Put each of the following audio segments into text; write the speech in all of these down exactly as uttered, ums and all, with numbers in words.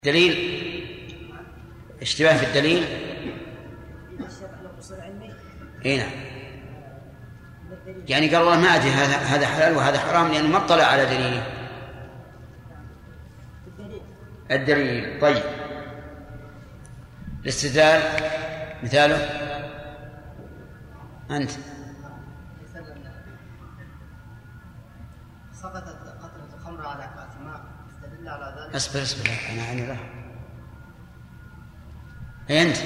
دليل اشتباه في الدليل. اي نعم، يعني قال الله ما ادري هذا هذا حلال وهذا حرام لانه ما اطلع على دليله. الدليل طيب. الاستدلال مثاله انت سقطت قطرة الخمر على كأس ماء استدل على ذلك. اصبر اصبر انا عني له. هي انت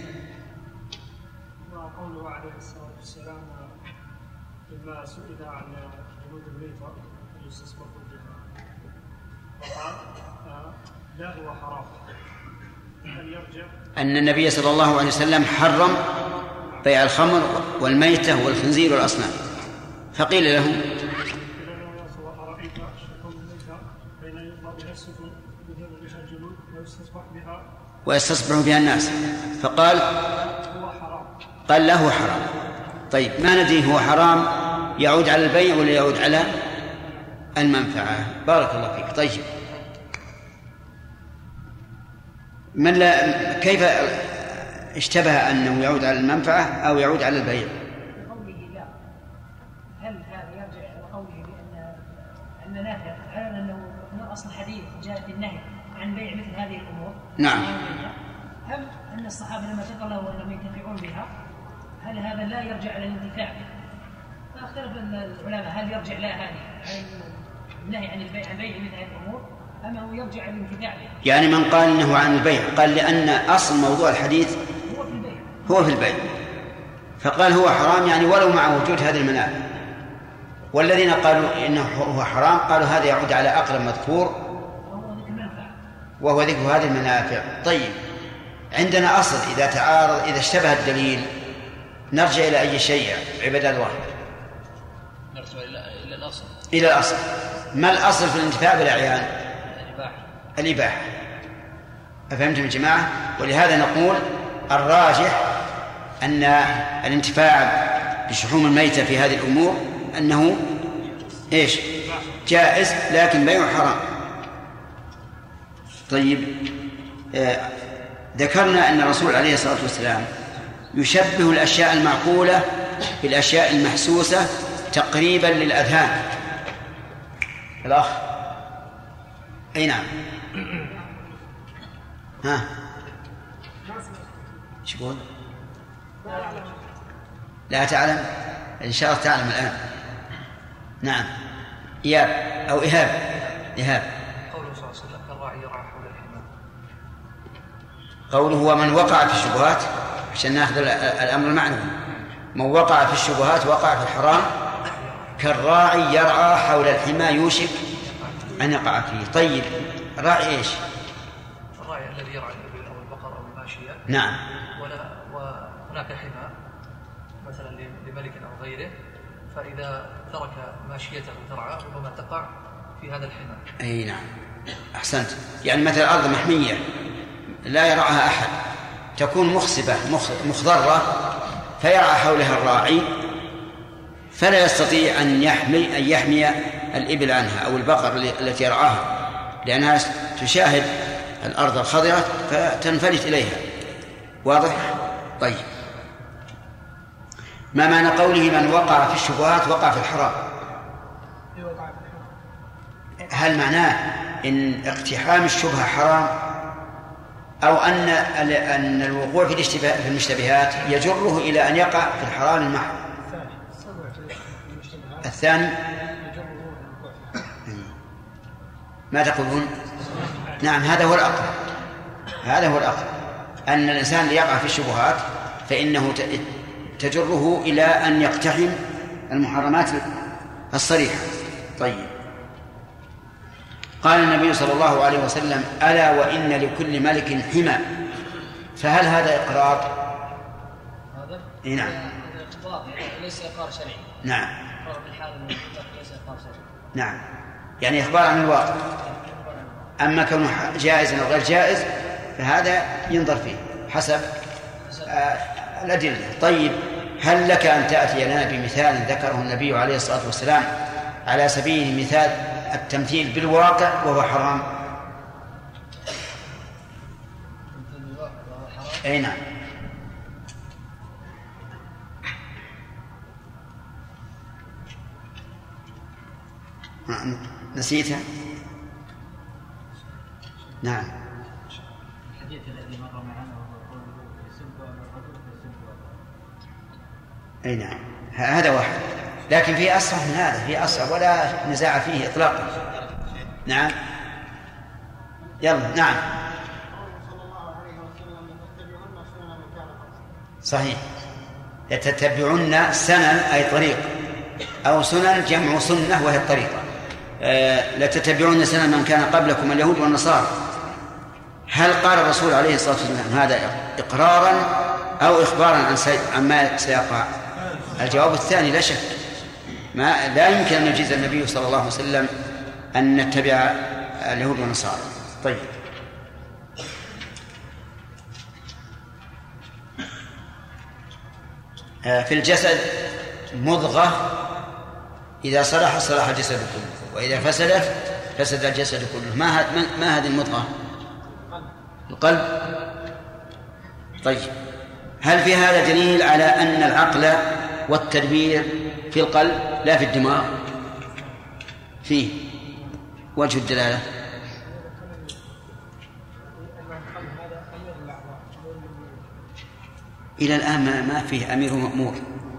وقوله عليه الصلاة والسلام لما سئل عن جلود الميتة يستصبح بها وقال لا هو حرام. هل يرجع أن النبي صلى الله عليه وسلم حرم بيع الخمر والميتة والخنزير والأصنام، فقيل له ويستصبح بها الناس فقال قال له حرام. طيب ما ندري هو حرام يعود على البيع ولا يعود على المنفعة؟ بارك الله فيك. طيب من لا كيف اشتبه أنه يعود على المنفعة أو يعود على البيع؟ بقوله لا، هل هذا يرجع إلى قوله بأن أن نافع على أنه من أصل الحديث جاء النهي عن بيع مثل هذه الأمور؟ نعم. أم أن الصحابة لما تقلوا أنهم ينتفعون بها هل هذا لا يرجع على الانتفاع بها؟ فاختلف العلماء هل يرجع لا هذه عن النهي عن البيع عن بيع مثل هذه الأمور أم هو يرجع على الانتفاع بها؟ يعني من قال إنه عن البيع قال لأن أصل موضوع الحديث هو في البيع هو في البيع فقال هو حرام يعني ولو مع وجود هذه المنافع. والذين قالوا إنه هو حرام قالوا هذا يعود على أقرب مذكور وهو ذكر هذه المنافع. طيب عندنا أصل إذا تعارض إذا اشتبه الدليل نرجع إلى أي شيء عباد الله؟ نرجع إلى الأصل. إلى الأصل. ما الأصل في الانتفاع بالأعيان؟ الإباحة. الإباحة. أفهمتم يا جماعة؟ ولهذا نقول الراجح أن الانتفاع بشحوم الميتة في هذه الأمور أنه إيش؟ جائز لكن بيع حرام. طيب آه ذكرنا أن الرسول عليه الصلاة والسلام يشبه الأشياء المعقولة بالأشياء المحسوسة تقريبا للأذهان. الأخ أي نعم. ها شو يقول؟ لا تعلم؟ إن شاء الله تعلم الآن. نعم إياب أو إيهاب. إيهاب قوله صلى الله عليه وسلم كالراعي يرعى حول الحمى. قوله هو من وقع في الشبهات عشان ناخذ الأمر المعنوي. من وقع في الشبهات وقع في الحرام كالراعي يرعى حول الحمى يوشك أن يقع فيه. طيب راعي إيش؟ الراعي الذي يرعى الإبل أو البقر أو الماشية. نعم. ولا وهناك حمى مثلا لملك أو غيره فإذا ترك ماشيته ترعى ربما تقع في هذا الحمى. أي نعم أحسنت. يعني مثل أرض محمية لا يرعاها أحد تكون مخصبة مخضرة فيرعى حولها الراعي فلا يستطيع أن يحمي أن يحمي الإبل عنها أو البقر التي يرعاها لأنها تشاهد الأرض الخضراء فتنفلت إليها. واضح؟ طيب ما معنى قوله من وقع في الشبهات وقع في الحرام؟ هل معناه إن اقتحام الشبهة حرام أو أن أن الوقوع في الاشتباه في المشتبهات يجره إلى أن يقع في الحرام المحض؟ الثاني ما تقولون؟ نعم هذا هو الأقرب. هذا هو الأقرب أن الإنسان ليقع في الشبهات فإنه تجره إلى أن يقتحم المحرمات الصريحة. طيب قال النبي صلى الله عليه وسلم ألا وإن لكل ملك حمى. فهل هذا إقرار؟ هذا إيه نعم. إقرار ليس إقرار شرعي. نعم. إقرار بالحال ليس إقرار شرعي. نعم يعني إخبار عن الواقع. أما كونه جائز أو غير جائز فهذا ينظر فيه حسب آه الأدلة. طيب هل لك أن تأتي لنا بمثال ذكره النبي عليه الصلاة والسلام على سبيل مثال التمثيل بالواقع وهو حرام؟ أي نعم. نسيتها؟ نعم. الحديث الذي مر معنا وهو قوله يسب الرجل ويسب أباه. أي نعم، هذا واحد، لكن في أصح من هذا، في أصح ولا نزاع فيه إطلاقا. نعم. يلا. نعم. صحيح، يتتبعون سنن أي طريق، أو سنن جمع سنة وهي الطريقة. أه لتتبعون سنن من كان قبلكم اليهود والنصارى. هل قال الرسول عليه الصلاة والسلام هذا إقرارا أو إخبارا عن عما سيقع؟ الجواب الثاني لا شك، ما لا يمكن أن يجيز النبي صلى الله عليه وسلم أن نتبع اليهود والنصارى. طيب، في الجسد مضغة إذا صلح صلح الجسد كله، وإذا فسدت فسد الجسد كله. ما ما هذه المضغة؟ القلب. طيب، هل في هذا دليل على أن العقل والتدبير في القلب لا في الدماغ؟ فيه وجه الدلالة. إلى الآن ما فيه أمير مأمور.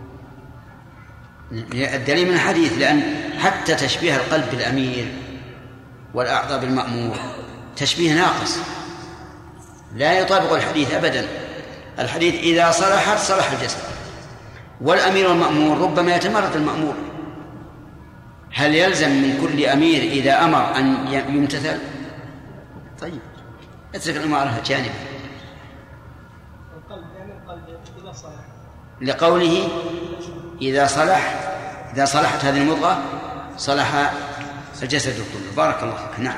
الدليل من الحديث، لأن حتى تشبيه القلب بالأمير والأعضاء بالمأمور تشبيه ناقص لا يطابق الحديث أبدا. الحديث إذا صلحت صلح الجسد، والأمير والمأمور ربما يتمرد المأمور. هل يلزم من كل أمير إذا أمر أن يمتثل؟ طيب، اترك الأمارة جانبا. لقوله إذا صلح إذا صلحت هذه المضغة صلح الجسد كله. بارك الله فيك. نعم.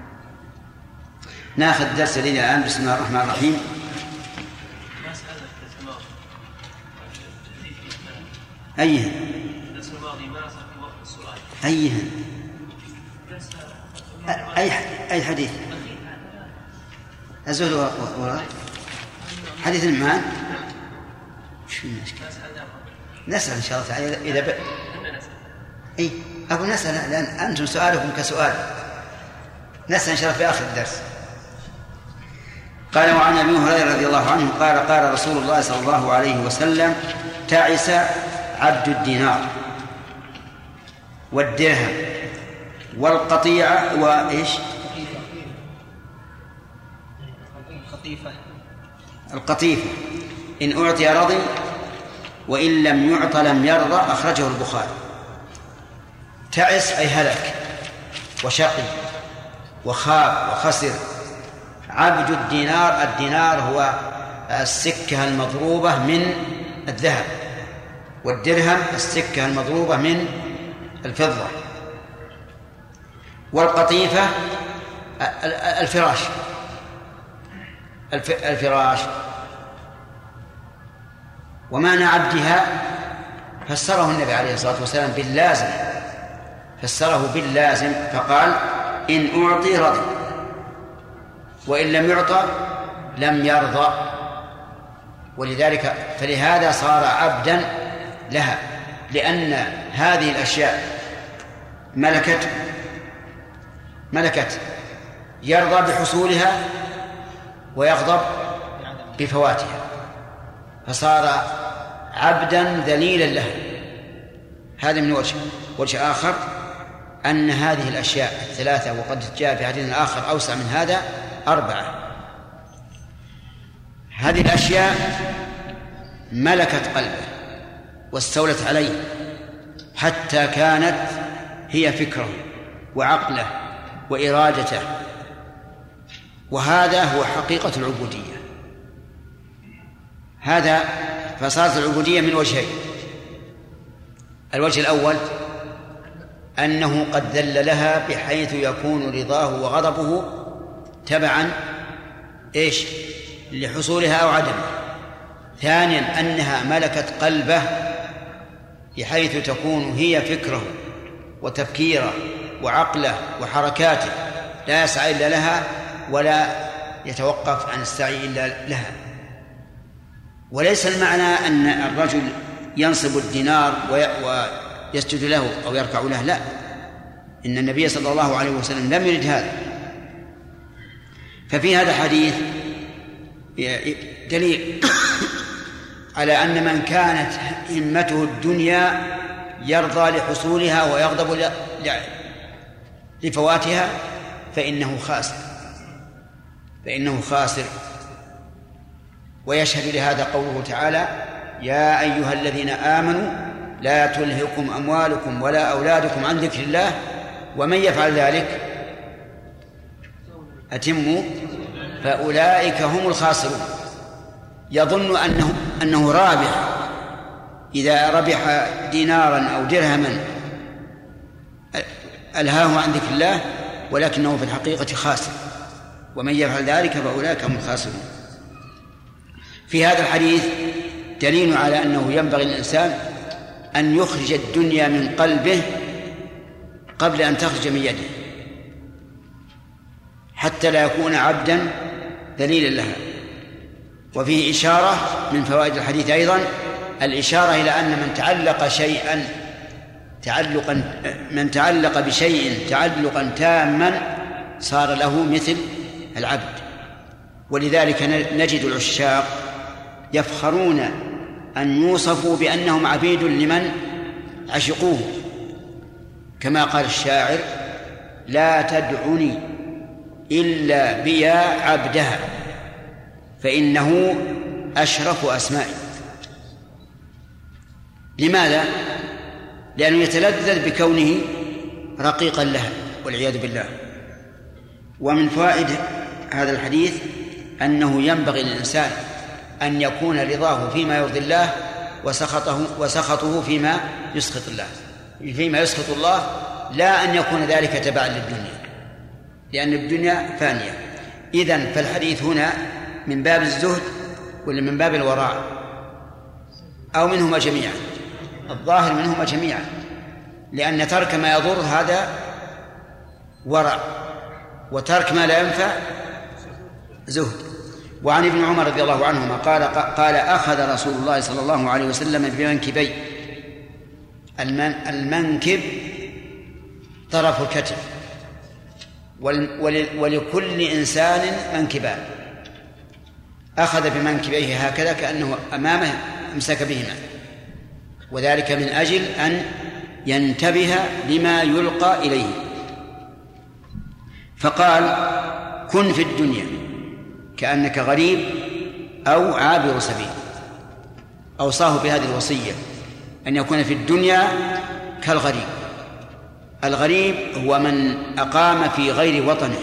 ناخذ درس الذي الآن. بسم الله الرحمن الرحيم. أيها أيها أي أي حديث؟ الزهد وراء حديث الإيمان. شو المشكلة؟ نسأل إن شاء الله تعالى إذا ب... أي أقول نسأل، لأن أنتم سؤالكم كسؤال. نسأل إن شاء الله في آخر الدرس. قال: وعن أبي هريرة رضي الله عنه قال: قال رسول الله صلى الله عليه وسلم: تعس عبد الدينار والدرهم والقطيعة وإيش؟ القطيفة. القطيفة إن أعطي رضي وإن لم يعط لم يرضى. أخرجه البخاري. تعس أي هلك وشقي وخاب وخسر. عبد الدينار، الدينار هو السكة المضروبة من الذهب، والدرهم السكة المضروبة من الفضة. والقطيفة الفراش الفراش ومعنى عبدها فسره النبي عليه الصلاة والسلام باللازم، فسره باللازم فقال: إن أعطي رضي وإن لم يعطى لم يرضى. ولذلك فلهذا صار عبدا لها، لأن هذه الأشياء ملكته ملكته يرضى بحصولها ويغضب بفواتها، فصار عبدا ذليلا له. هذا من وجه. وجه آخر أن هذه الأشياء الثلاثة، وقد جاء في حديث آخر أوسع من هذا، أربعة. هذه الأشياء ملكت قلبه واستولت عليه حتى كانت هي فكره وعقله وإرادته، وهذا هو حقيقة العبودية. هذا فصارت العبودية من وجهين. الوجه الأول أنه قد ذل لها بحيث يكون رضاه وغضبه تبعا إيش لحصولها أو عدمه. ثانيا أنها ملكت قلبه بحيث تكون هي فكره وتفكيره وعقله وحركاته، لا يسعى إلا لها ولا يتوقف عن السعي إلا لها. وليس المعنى أن الرجل ينصب الدينار ويسجد له أو يركع له، لا، إن النبي صلى الله عليه وسلم لم يرد هذا. ففي هذا الحديث دليل على أن من كانت همته الدنيا يرضى لحصولها ويغضب لفواتها فإنه خاسر فإنه خاسر ويشهد لهذا قوله تعالى: يا أيها الذين آمنوا لا تلهكم أموالكم ولا أولادكم عن ذكر الله ومن يفعل ذلك أتموا فأولئك هم الخاسرون. يظن أنه, أنه رابح إذا ربح دينارا أو درهما ألهاه عن ذكر الله، ولكنه في الحقيقة خاسر، ومن يفعل ذلك فأولئك هم الخاسرون. في هذا الحديث دليل على أنه ينبغي للإنسان أن يخرج الدنيا من قلبه قبل أن تخرج من يده، حتى لا يكون عبدا ذليلا لها. وفيه إشارة من فوائد الحديث أيضا الإشارة إلى أن من تعلق شيئا تعلقا من تعلق بشيء تعلقا تاما صار له مثل العبد. ولذلك نجد العشاق يفخرون أن يوصفوا بأنهم عبيد لمن عشقوه، كما قال الشاعر: لا تدعني إلا بيا عبدها فإنه أشرف أسمائي. لماذا؟ لأنه يتلذذ بكونه رقيقا لها والعياذ بالله. ومن فوائد هذا الحديث أنه ينبغي للإنسان أن يكون رضاه فيما يرضي الله وسخطه وسخطه فيما يسخط الله فيما يسخط الله لا أن يكون ذلك تبعا للدنيا، لأن الدنيا فانية. إذن فالحديث هنا من باب الزهد ولا من باب الورع أو منهما جميعا؟ الظاهر منهما جميعا، لأن ترك ما يضر هذا ورع، وترك ما لا ينفع زهد. وعن ابن عمر رضي الله عنهما قال قال أخذ رسول الله صلى الله عليه وسلم بمنكبي. المنكب طرف الكتف، ولكل إنسان منكبان. أخذ بمنكبيه هكذا كأنه أمامه امسك بهما، وذلك من أجل أن ينتبه لما يلقى إليه. فقال: كن في الدنيا كأنك غريب أو عابر سبيل. أوصاه بهذه الوصية أن يكون في الدنيا كالغريب. الغريب هو من أقام في غير وطنه،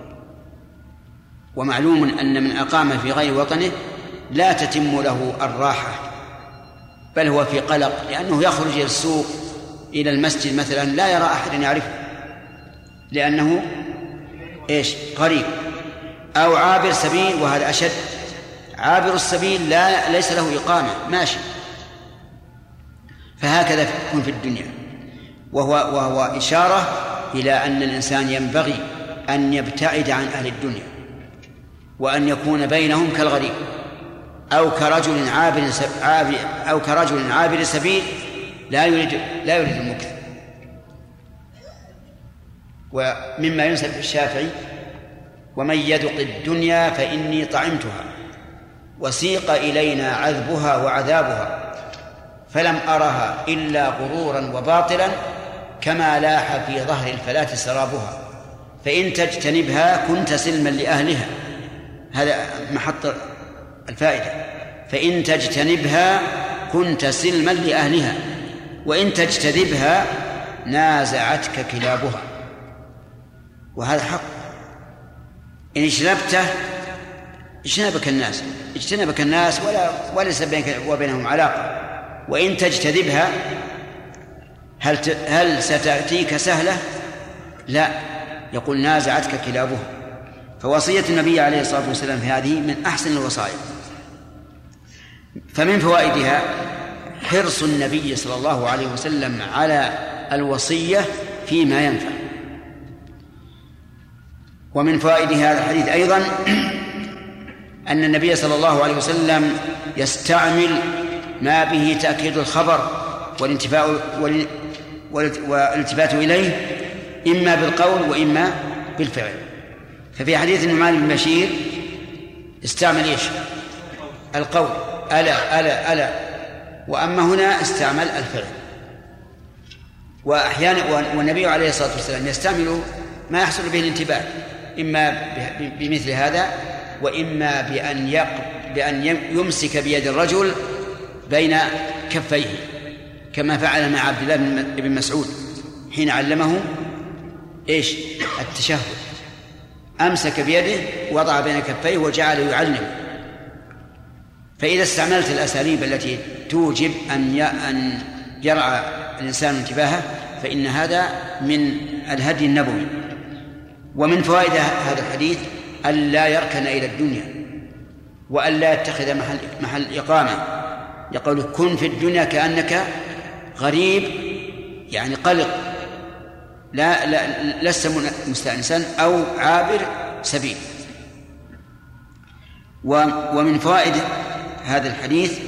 ومعلوم أن من أقام في غير وطنه لا تتم له الراحة، بل هو في قلق، لأنه يخرج إلى السوق إلى المسجد مثلا لا يرى أحد يعرفه، لأنه إيش؟ غريب. أو عابر سبيل، وهذا أشد. عابر السبيل لا ليس له إقامة، ماشي. فهكذا يكون في الدنيا، وهو, وهو إشارة إلى أن الإنسان ينبغي أن يبتعد عن أهل الدنيا، وأن يكون بينهم كالغريب أو كرجل عابر أو كرجل عابر سبيل لا يريد لا يريد المكث. ومما ينسب الشافعي: ومن يذق الدنيا فإني طعمتها وسيق إلينا عذبها وعذابها فلم أرها إلا غرورا وباطلا كما لاح في ظهر الفلاة سرابها فإن تجتنبها كنت سلما لأهلها. هذا محط الفائدة. فإن تجتنبها كنت سلما لأهلها وإن تجتذبها نازعتك كلابها. وهذا حق. إن اجتنبته اجتنبك الناس اجتنبك الناس ولا وليس بينك وبينهم علاقة. وإن تجتذبها هل هل ستأتيك سهلة؟ لا، يقول نازعتك كلابها. فوصية النبي عليه الصلاة والسلام في هذه من أحسن الوصايا. فمن فوائدها حرص النبي صلى الله عليه وسلم على الوصية فيما ينفع. ومن فوائد هذا الحديث أيضا أن النبي صلى الله عليه وسلم يستعمل ما به تأكيد الخبر والانتفاع والالتفات إليه إما بالقول وإما بالفعل. ففي حديث النعمان بن بشير استعمل إيش؟ القول ألا ألا ألا، وأما هنا استعمل الفعل. وأحيانا والنبي عليه الصلاة والسلام يستعمل ما يحصل به الانتباه، إما بمثل هذا وإما بأن يق... بأن يمسك بيد الرجل بين كفيه كما فعل مع عبد الله بن مسعود حين علمه إيش؟ التشهد، أمسك بيده وضع بين كفيه وجعل يعلم. فإذا استعملت الأساليب التي توجب أن أن يرعى الإنسان انتباهه فإن هذا من الهدي النبوي. ومن فوائد هذا الحديث ألا يركن إلى الدنيا وألا يتخذ محل, محل إقامة. يقول كن في الدنيا كأنك غريب، يعني قلق، لا, لا لست مستأنسا أو عابر سبيل. ومن فوائد هذا الحديث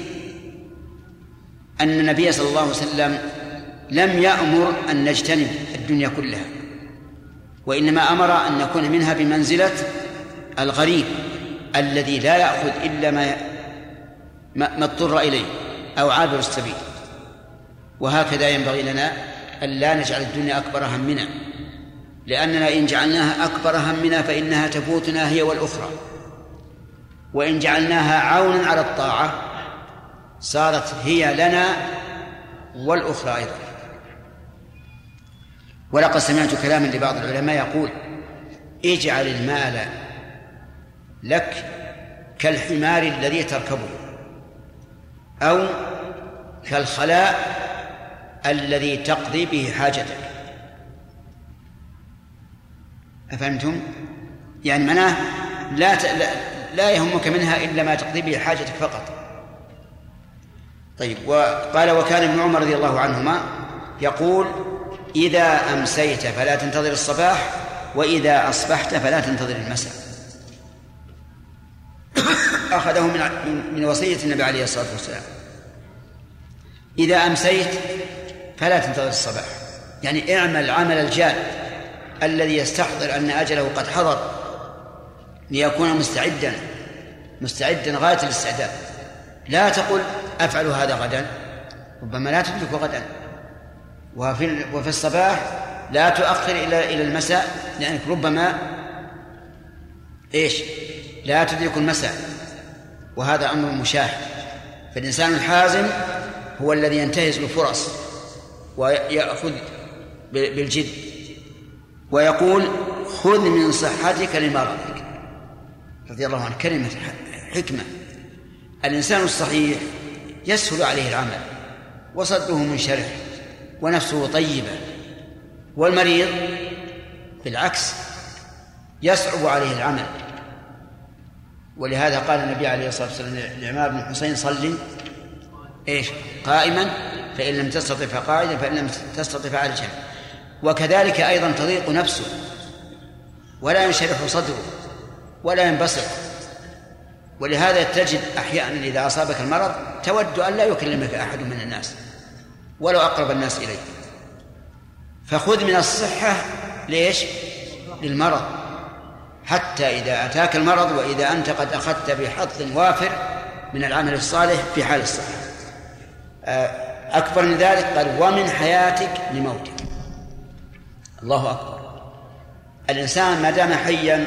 أن النبي صلى الله عليه وسلم لم يأمر أن نجتنب الدنيا كلها، وإنما أمر أن نكون منها بمنزلة الغريب الذي لا يأخذ إلا ما ما اضطر إليه أو عابر السبيل. وهكذا ينبغي لنا أن لا نجعل الدنيا أكبر همنا، لأننا إن جعلناها أكبر همنا فإنها تفوتنا هي والأخرى، وإن جعلناها عونا على الطاعة صارت هي لنا والأخرى أيضا. ولقد سمعت كلاما لبعض العلماء يقول اجعل المال لك كالحمار الذي تركبه أو كالخلاء الذي تقضي به حاجتك. أفهمتم؟ يعني معناه لا, لا, لا يهمك منها إلا ما تقضي به حاجتك فقط. طيب. وقال وكان ابن عمر رضي الله عنهما يقول إذا أمسيت فلا تنتظر الصباح وإذا أصبحت فلا تنتظر المساء. أخذه من من وصية النبي عليه الصلاة والسلام. إذا أمسيت فلا تنتظر الصباح، يعني اعمل عمل الجاد الذي يستحضر أن أجله قد حضر ليكون مستعدا مستعدا غاية الاستعداد. لا تقل أفعل هذا غدا، ربما لا تدرك غدا. وفي وفي الصباح لا تؤخر إلى إلى المساء، لأنك ربما إيش لا تدرك المساء، وهذا أمر مشاهد. فالإنسان الحازم هو الذي ينتهز الفرص ويأخذ بالجد. ويقول خذ من صحتك لمرضك رضي الله عنه. كلمة حكمة. الإنسان الصحيح يسهل عليه العمل وصده منشرح ونفسه طيبة، والمريض بالعكس يصعب عليه العمل. ولهذا قال النبي عليه الصلاة والسلام لعمار بن حسين صلي إيش قائما فإن لم تستطع فقاعدا فإن لم تستطع فعلى جنب. وكذلك أيضا تضيق نفسه ولا ينشرح صدره ولا ينبسط. ولهذا تجد أحيانا إذا أصابك المرض تود أن لا يكلمك أحد من الناس ولو أقرب الناس إليك. فخذ من الصحة ليش؟ للمرض، حتى إذا أتاك المرض وإذا أنت قد أخذت بحظ وافر من العمل الصالح في حال الصحة. أكبر من ذلك قال ومن حياتك لموتك. الله أكبر. الإنسان ما دام حيا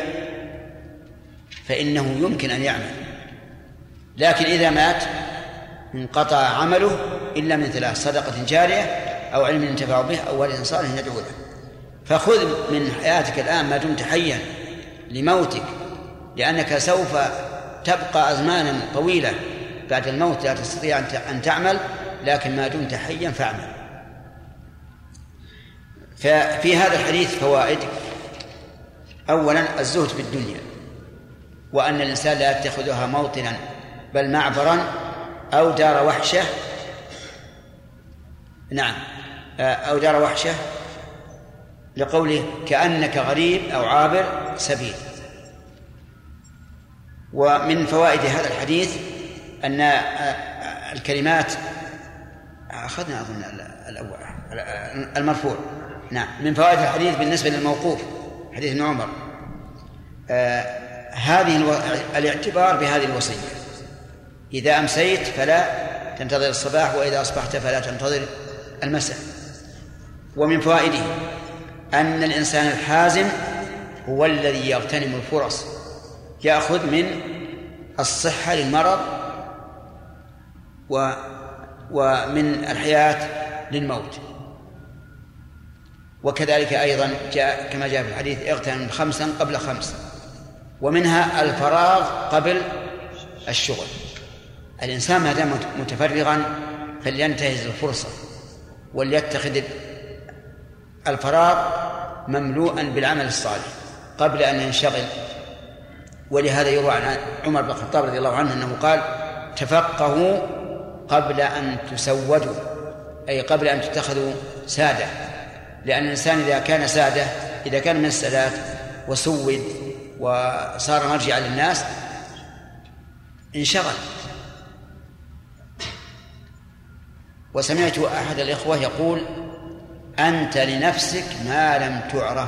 فإنه يمكن أن يعمل، لكن إذا مات انقطع عمله إلا من ثلاث: صدقة جارية أو علم ينتفع به أو ولد صالح يدعو له. فخذ من حياتك الآن ما دمت حيا لموتك، لأنك سوف تبقى أزمانا طويلة بعد الموت لا تستطيع أن تعمل، لكن ما دمت حيا فاعمل. ففي هذا الحديث فوائد: أولا الزهد في الدنيا، وأن الإنسان لا يتخذها موطنا بل معبرا أو دار وحشة. نعم، أو دار وحشة لقوله كأنك غريب أو عابر سبيل. ومن فوائد هذا الحديث أن الكلمات أخذنا أظن الأول المرفوع. نعم، من فوائد الحديث بالنسبة للموقوف حديث ابن عمر آه هذه الو... الاعتبار بهذه الوصية: إذا أمسيت فلا تنتظر الصباح، وإذا أصبحت فلا تنتظر المساء. ومن فوائده أن الإنسان الحازم هو الذي يغتنم الفرص، يأخذ من الصحة للمرض و... ومن الحياة للموت. وكذلك أيضا جاء كما جاء في الحديث: اغتنم خمسا قبل خمس. ومنها الفراغ قبل الشغل. الإنسان ما دام متفرغا فلينتهز الفرصة وليتخذ الفراغ مملوءا بالعمل الصالح قبل أن ينشغل. ولهذا يروى عن عمر بن الخطاب رضي الله عنه أنه قال: تفقهوا قبل أن تسودوا، أي قبل أن تتخذوا سادة. لأن الإنسان إذا كان سادة، إذا كان من السادات وسود وصار مرجعا للناس انشغل. وسمعت أحد الإخوة يقول: أنت لنفسك ما لم تعرف،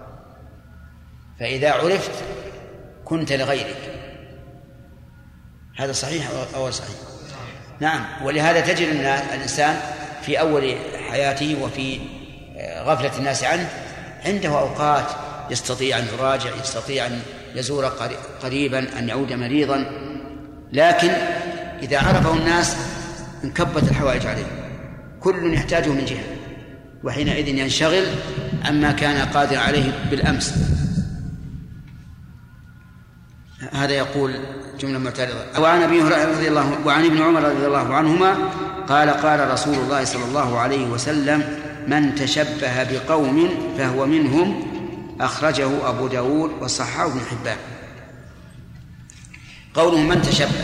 فإذا عرفت كنت لغيرك. هذا صحيح أو صحيح؟ نعم. ولهذا تجد الإنسان في أول حياته وفي غفلة الناس عنه عنده أوقات يستطيع أن يراجع، يستطيع أن يزور قريبا، أن يعود مريضا، لكن إذا عرفه الناس انكبت الحوائج عليه، كل يحتاجه من جهة، وحينئذ ينشغل عما كان قادر عليه بالأمس. هذا يقول جملة معترضة. وعن أبي هريرة رضي الله وعن ابن عمر رضي الله عنهما قال: قال رسول الله صلى الله عليه وسلم: من تشبه بقوم فهو منهم، أخرجه أبو داود وصححه ابن حبان. قوله من تشبه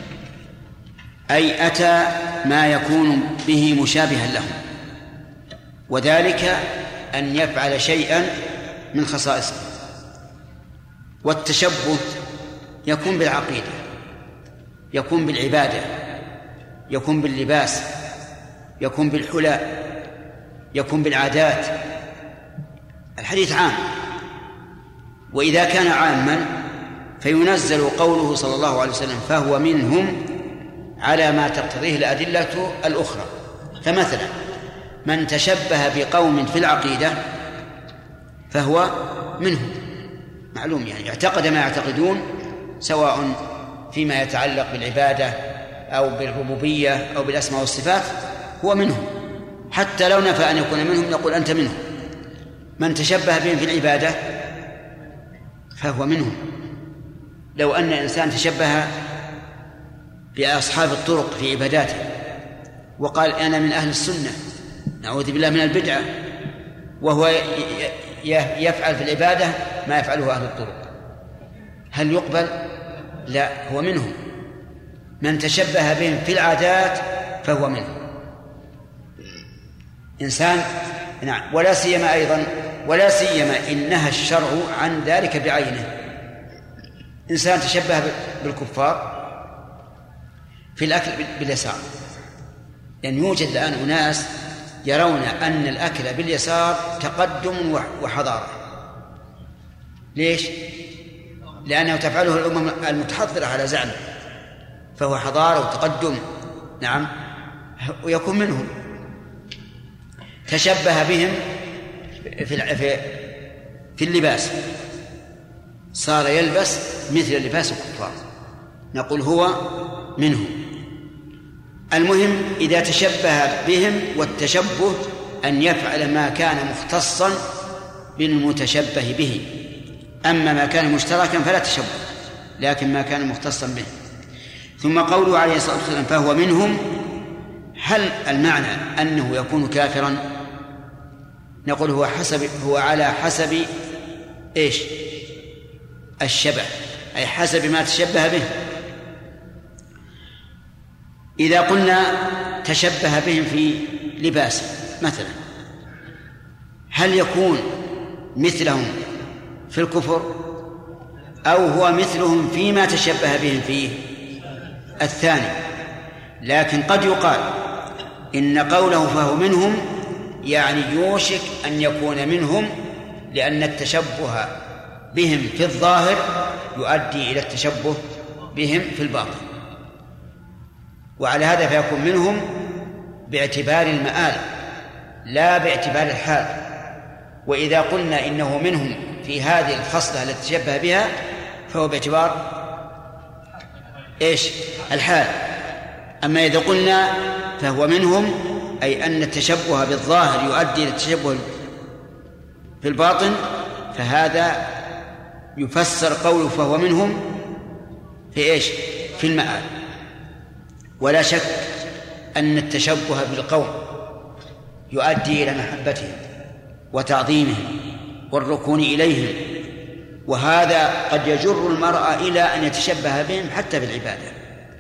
أي أتى ما يكون به مشابها له، وذلك أن يفعل شيئا من خصائصه. والتشبه يكون بالعقيدة، يكون بالعبادة، يكون باللباس، يكون بالحلى، يكون بالعادات. الحديث عام، وإذا كان عاما فينزل قوله صلى الله عليه وسلم فهو منهم على ما تقتضيه الأدلة الأخرى. فمثلا من تشبه بقوم في العقيدة فهو منهم، معلوم يعني اعتقد ما يعتقدون، سواء فيما يتعلق بالعبادة أو بالربوبية أو بالأسماء والصفات، هو منهم. حتى لو نفى أن يكون منهم نقول أنت منهم. من تشبه بهم في العبادة فهو منهم. لو أن إنسان تشبه بأصحاب الطرق في عباداته وقال أنا من أهل السنة، نعوذ بالله من البدعة، وهو يفعل في العبادة ما يفعله أهل الطرق، هل يقبل؟ لا، هو منهم. من تشبه بهم في العادات فهو منهم. إنسان نعم، ولا سيما أيضا ولا سيما إن نهى الشرع عن ذلك بعينه. إنسان تشبه بالكفار في الأكل باليسار، لأن يعني يوجد الآن أناس يرون أن الأكل باليسار تقدم وحضارة. ليش؟ لأنه تفعله الأمم المتحضرة على زعمه، فهو حضارة وتقدم. نعم، ويكون منهم. تشبه بهم في في اللباس، صار يلبس مثل لباس الكفار، نقول هو منهم. المهم إذا تشبه بهم، والتشبه أن يفعل ما كان مختصا بالمتشبه به. أما ما كان مشتركا فلا تشبه، لكن ما كان مختصا به. ثم قوله عليه الصلاة والسلام فهو منهم، هل المعنى أنه يكون كافرا؟ نقول هو حسب هو على حسب إيش؟ الشبه، أي حسب ما تشبه به. إذا قلنا تشبه بهم في لباس مثلا، هل يكون مثلهم في الكفر؟ أو هو مثلهم فيما تشبه بهم فيه الثاني. لكن قد يقال إن قوله فهو منهم يعني يوشك أن يكون منهم، لأن التشبه بهم في الظاهر يؤدي إلى التشبه بهم في الباطن، وعلى هذا فيكون منهم باعتبار المآل لا باعتبار الحال. وإذا قلنا إنه منهم في هذه الخصلة التي تشبه بها فهو باعتبار إيش؟ الحال. أما إذا قلنا فهو منهم أي أن التشبه بالظاهر يؤدي إلى التشبه في الباطن، فهذا يفسر قوله فهو منهم في إيش؟ في المآل. ولا شك أن التشبه بالقوم يؤدي إلى محبتهم وتعظيمهم والركون إليهم، وهذا قد يجر المرء إلى أن يتشبه بهم حتى بالعبادة.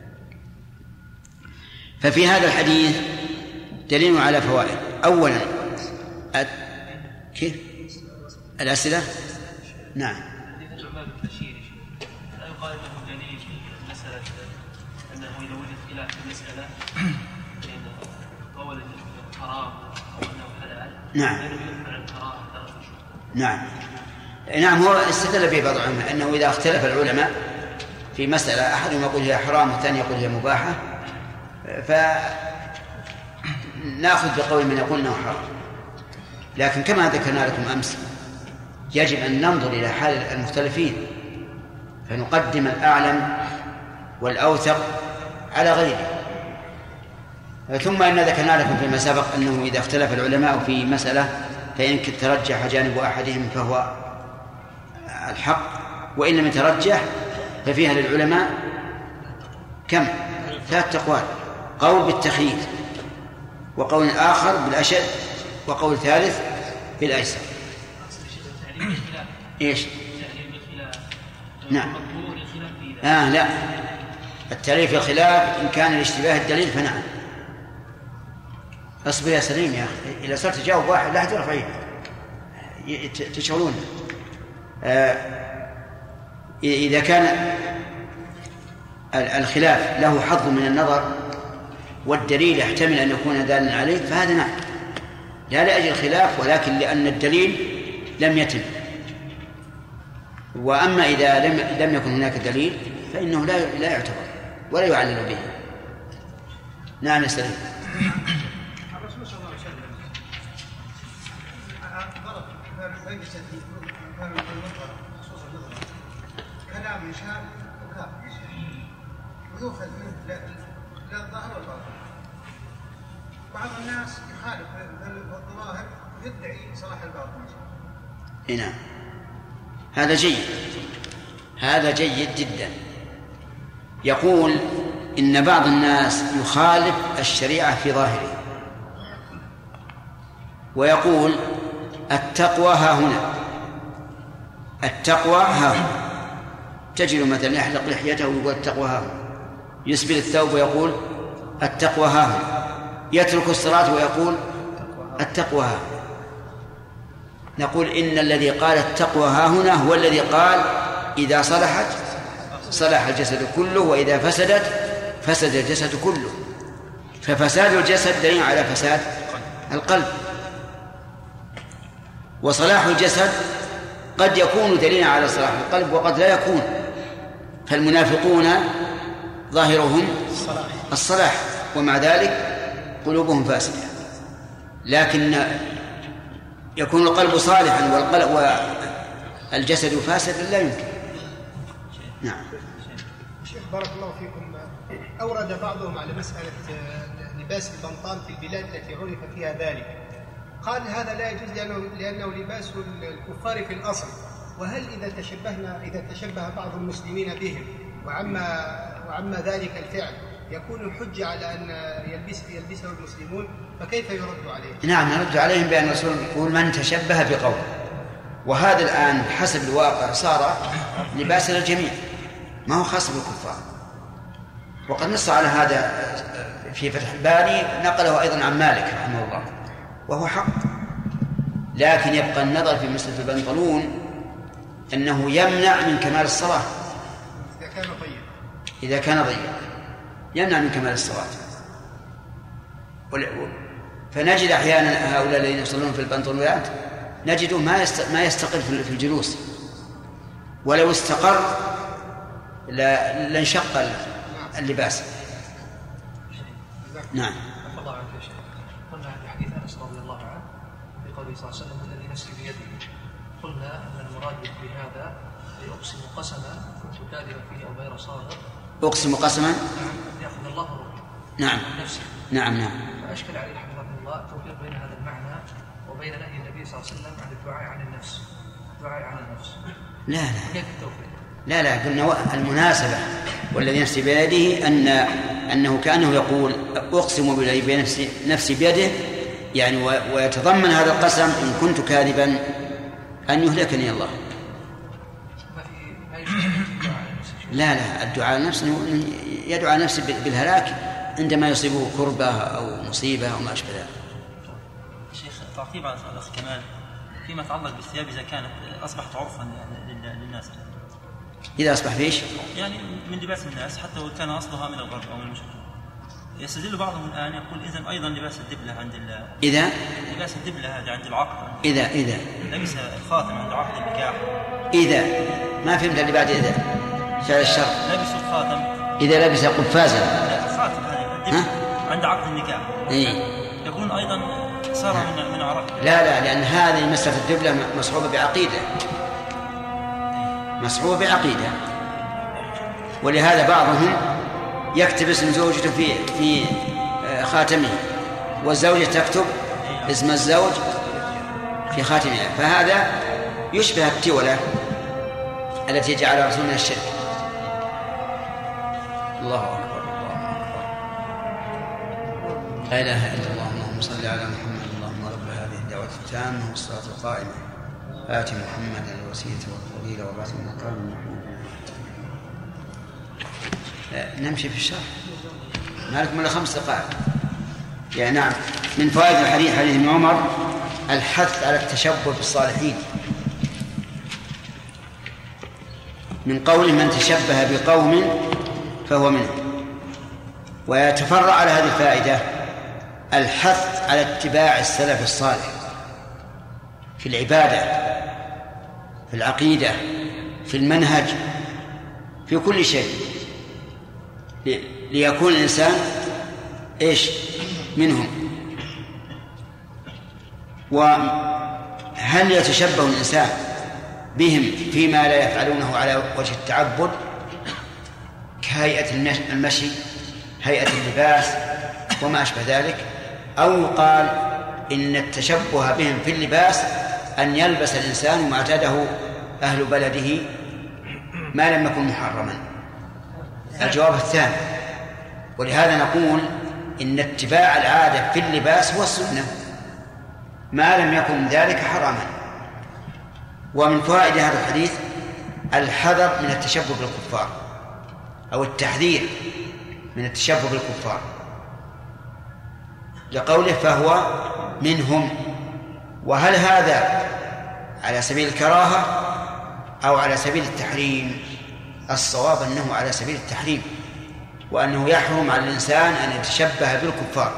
ففي هذا الحديث دليل على فوائد. أولا أد... كيف؟ الأسئلة؟ نعم. لا يقال انه دليل في مساله انه اذا وجد خلاف في المساله بين قول حرام او انه حلال نعم فانه يحمل الكراهه. نعم نعم هو استدل به بعض العلماء أنه إذا اختلف العلماء في مسألة أحدهم يقول هي حرام والثاني يقول هي مباحة، فنأخذ بقول من يقول أنه حرام. لكن كما ذكرنا لكم أمس يجب أن ننظر إلى حال المختلفين فنقدم الأعلم والأوثق على غيره. ثم إن ذكرنا لكم فيما سبق أنه إذا اختلف العلماء في مسألة فإن ترجح جانب أحدهم فهو الحق، وإن لم يترجح ففيها للعلماء كم؟ ثلاث أقوال: قول بالتخيير، وقول آخر بالأشد، وقول ثالث بالأيسر. إيش؟ نعم. آه لا، التعريف في الخلاف إن كان الاشتباه الدليل فنعم. اصبر يا سليم يا أخي، إذا صرت تجاوب واحد لا أحد يرفع يده تشغلون. آه إذا كان الخلاف له حظ من النظر والدليل يحتمل أن يكون دالا عليه فهذا نعم، لا لأجل الخلاف ولكن لأن الدليل لم يتم. وأما إذا لم لم يكن هناك دليل فإنه لا لا يعتبر ولا يعلل به. نعم يا سليم. الرسول صلى الله عليه وسلم ضرب بين التدليل خصوصا النظر كلام يشاء وكلام يشاء ويؤخذ منه لا الظاهر والباطن. بعض الناس يخالف الظواهر ويدعي صلاح الباطن. نعم هذا جيد، هذا جيد جدا. يقول إن بعض الناس يخالف الشريعة في ظاهره ويقول التقوى ها هنا، التقوى ها هنا. تجد مثلا يحلق لحيته ويقول التقوى ها هنا، يسبل الثوب ويقول التقوى ها هنا، يترك الصلاة ويقول التقوى ها هنا. نقول إن الذي قال التقوى ها هنا هو الذي قال إذا صلحت صلح الجسد كله وإذا فسدت فسد الجسد كله. ففساد الجسد دليل على فساد القلب، وصلاح الجسد قد يكون دليلا على صلاح القلب وقد لا يكون. فالمنافقون ظاهرهم الصلاح ومع ذلك قلوبهم فاسدة، لكن يكون القلب صالحا والقلب والجسد فاسدا لا يمكن. نعم. شيخ بارك الله فيكم، أورد بعضهم على مسألة لباس البنطال في البلاد التي عرف فيها ذلك، قال هذا لا يجوز لأنه, لأنه لباس الكفار في الأصل، وهل إذا تشبهنا إذا تشبه بعض المسلمين بهم وعما وعما ذلك الفعل يكون الحجة على أن يلبس يلبسه المسلمون، فكيف يرد عليه؟ نعم نرد عليهم بأن الرسول يقول من تشبه بقوم، وهذا الآن حسب الواقع صار لباس للجميع ما هو خاص بالكفار. وقد نص على هذا في فتح الباري، نقله أيضا عن مالك رحمه الله وهو حق. لكن يبقى النظر في مسألة البنطلون أنه يمنع من كمال الصلاة إذا كان ضيق إذا كان ضيق يمنع من كمال الصلاة. فنجد أحيانا هؤلاء الذين يصلون في البنطلونات نجده ما ما يستقر في الجلوس، ولو استقر لانشق اللباس. نعم. الله عنك يا شيخ، قلنا في حديث أنس رضي الله عنه في قوله صلى الله عليه وسلم الذي نفسي بيده، قلنا أن المراد بهذا يقسم قسما كنت كاذبا فيه أو غير صادق. أقسم قسما يأخذ الله روحي. نعم. نفسه. نعم نعم. فأشكل عليه حفظكم الله التوفيق بين هذا المعنى وبين نهي النبي صلى الله عليه وسلم عن الدعاء عن النفس. الدعاء عن النفس. لا لا. كيف التوفيق؟ لا لا قلنا المناسبة والذي نفسي بيده أن أنه كأنه يقول أقسم بالذي بنفسي نفسي بيده، يعني ويتضمن هذا القسم إن كنت كاذبا أن يهلكني الله. لا لا الدعاء على نفسه يدعو على نفسه بالهلاك عندما يصيبه كربة أو مصيبة أو ما أشبه ذلك. شيخ تعقيب على الأخ كمال فيما يتعلق بالثياب إذا كانت أصبحت عرفا للناس، إذا أصبح فيش يعني من لباس الناس حتى لو كان أصلها من الغرب أو من المشرق، يستدل بعضهم الآن يقول إذن أيضا لباس الدبلة عند ال إذا لباس الدبلة هذا عند العقد إذا إذا لبس الخاتم عند عقد النكاح إذا ما فهمت اللي بعد إذا فعل الشر لبس الخاتم إذا لبس قفازا لا الخاتم هذا عند عقد النكاح إيه؟ يكون أيضا صار من من عرق. لا لا لأن هذه مسألة الدبلة مصحوبة بعقيدة مصحوبة بعقيدة ولهذا بعضهم يكتب اسم زوجته في في خاتمه والزوجة تكتب اسم الزوج في خاتمها، فهذا يشبه التولة التي جعلها رسول من الشرك. الله أكبر الله أكبر لا إله إلا الله. اللهم صل على محمد. اللهم رب هذه الدعوة التامة والصلاة القائمة آت محمدا الوسيلة والفضيلة وبعث المقام محمود. نمشي في الشرح ما لكم إلا خمس دقائق. يعني نعم من فوائد الحديث حديث ابن عمر الحث على التشبه بالصالحين، من قول من تشبه بقوم فهو منهم. ويتفرع على هذه الفائدة الحث على اتباع السلف الصالح في العبادة في العقيدة في المنهج في كل شيء، ليكون الإنسان إيش منهم. وهل يتشبه الإنسان بهم فيما لا يفعلونه على وجه التعبد كهيئة المشي هيئة اللباس وما أشبه ذلك، أو يقال إن التشبه بهم في اللباس أن يلبس الإنسان ما اعتاده أهل بلده ما لم يكن محرما؟ الجواب الثاني. ولهذا نقول إن اتباع العادة في اللباس هو السنة ما لم يكن ذلك حراما. ومن فوائد هذا الحديث الحذر من التشبه بالكفار أو التحذير من التشبه بالكفار لقوله فهو منهم. وهل هذا على سبيل الكراهة أو على سبيل التحريم؟ الصواب أنه على سبيل التحريم، وأنه يحرم على الإنسان أن يتشبه بالكفار.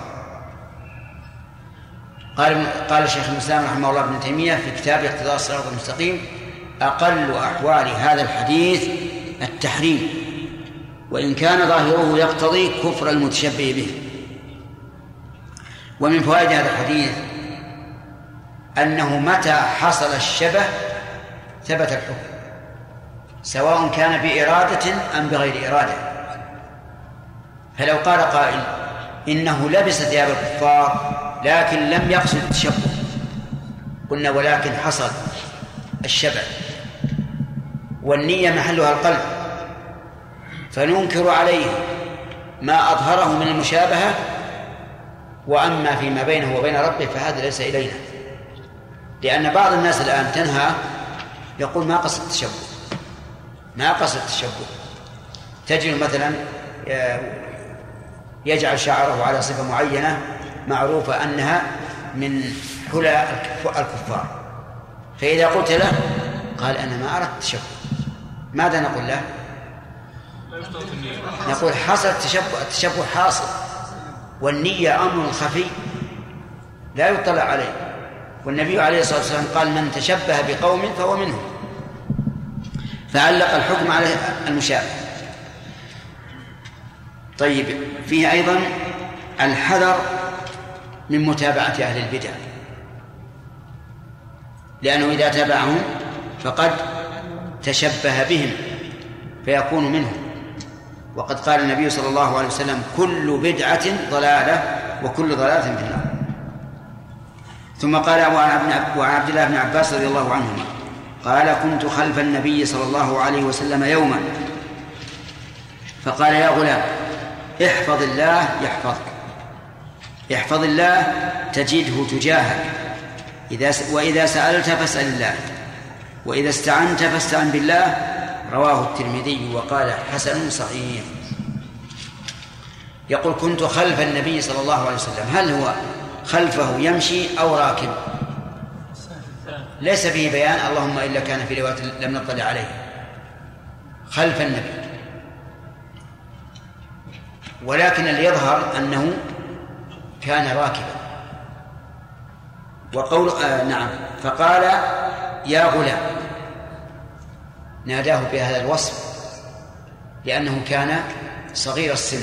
قال قال الشيخ الإسلام رحمه الله ابن تيمية في كتاب اقتضاء الصراط المستقيم أقل أحوال هذا الحديث التحريم، وإن كان ظاهره يقتضي كفر المتشبه به. ومن فوائد هذا الحديث أنه متى حصل الشبه ثبت الحكم، سواء كان بإرادة أم بغير إرادة. فلو قال قائل إنه لبس ثياب الكفار لكن لم يقصد التشبه، قلنا ولكن حصل الشبه والنية محلها القلب، فننكر عليه ما أظهره من المشابهة، وأما فيما بينه وبين ربه فهذا ليس إلينا. لأن بعض الناس الآن تنهى يقول ما قصد التشبه ما قصد التشبه تجد مثلا يجعل شعره على صفة معينة معروفة أنها من حلى الكفار، فإذا قلت له قال أنا ما أردت التشبه، ماذا نقول له؟ نقول حصل التشبه، التشبه حاصل، والنية أمر خفي لا يطلع عليه، والنبي عليه الصلاة والسلام قال من تشبه بقوم فهو منهم، فعلق الحكم على المشابه. طيب، فيه أيضا الحذر من متابعة أهل البدع، لأنه إذا تابعهم فقد تشبه بهم فيكون منهم، وقد قال النبي صلى الله عليه وسلم كل بدعة ضلالة وكل ضلالة في النار. ثم قال وعن عبد الله بن عباس رضي الله عنهما قال كنت خلف النبي صلى الله عليه وسلم يوما فقال يا غلام احفظ الله يحفظك، احفظ الله تجده تجاهك، إذا وإذا سألت فاسأل الله، وإذا استعنت فاستعن بالله. رواه الترمذي وقال حسن صحيح. يقول كنت خلف النبي صلى الله عليه وسلم، هل هو خلفه يمشي أو راكب؟ ليس فيه بيان، اللهم إلا كان في رواية لم نطلع عليه، خلف النبي، ولكن اللي يظهر أنه كان راكبا. وقول آه نعم، فقال يا غلام، ناداه بهذا الوصف لأنه كان صغير السن.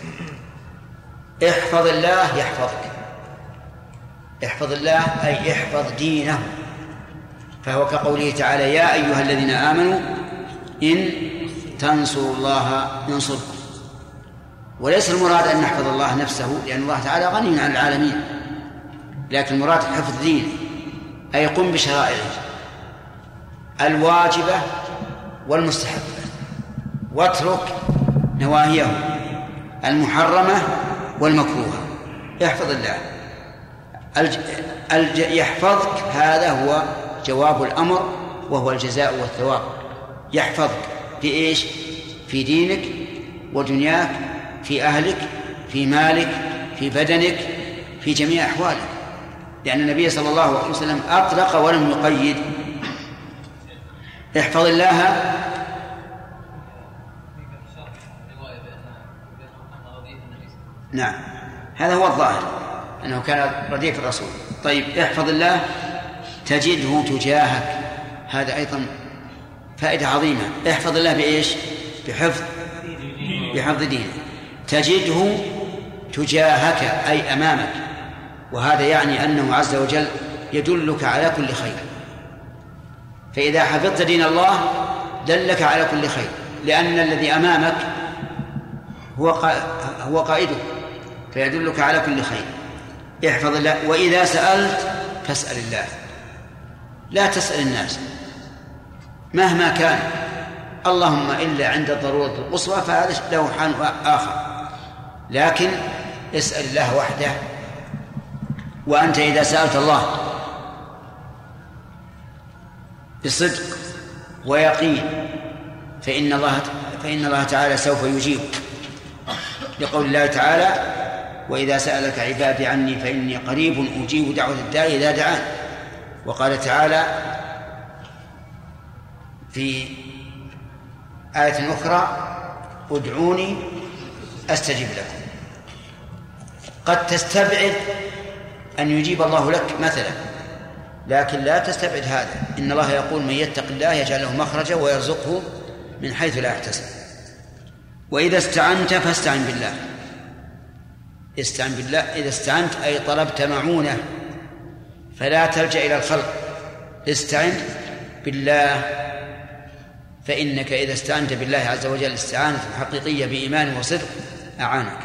احفظ الله يحفظك، احفظ الله أي احفظ دينه، فهو كقوله تعالى يا أيها الذين آمنوا إن تنصروا الله ينصركم. وليس المراد أن نحفظ الله نفسه، لأن الله تعالى غني عن العالمين، لكن المراد حفظ دينه، أي قم بشرائعه الواجبة والمستحبة، واترك نواهيه المحرمة والمكروهة. يحفظ الله الج... الج... يحفظك، هذا هو جواب الأمر وهو الجزاء والثواب. يحفظك في إيش؟ في دينك ودنياك، في أهلك، في مالك، في بدنك، في جميع أحوالك، لأن النبي صلى الله عليه وسلم أطلق ولم يقيد. احفظ الله نعم، هذا هو الظاهر أنه كان رديف الرسول. طيب، احفظ الله تجده تجاهك، هذا أيضا فائدة عظيمة. احفظ الله بإيش؟ بحفظ بحفظ دينه. تجده تجاهك أي أمامك، وهذا يعني أنه عز وجل يدلك على كل خير، فإذا حفظت دين الله دلك على كل خير، لأن الذي أمامك هو هو قائده، فيدلك على كل خير. احفظ الله. وإذا سألت فاسأل الله، لا تسأل الناس مهما كان، اللهم إلا عند الضرورة القصوى فهذا له حال آخر، لكن اسأل الله وحده. وأنت إذا سألت الله بصدق ويقين فإن الله فإن الله تعالى سوف يجيب، لقول الله تعالى وإذا سألك عبادي عني فإني قريب أجيب دعوة الداعي إذا دعان. وقال تعالى في آية أخرى ادعوني أستجب لكم. قد تستبعد أن يجيب الله لك مثلا، لكن لا تستبعد هذا. إن الله يقول من يتق الله يجعل له مخرجا ويرزقه من حيث لا يحتسب. وإذا استعنت فاستعن بالله. استعن بالله، إذا استعنت أي طلبت معونة فلا تلجأ إلى الخلق، استعن بالله، فإنك إذا استعنت بالله عز وجل استعانة حقيقية بإيمان وصدق أعانك.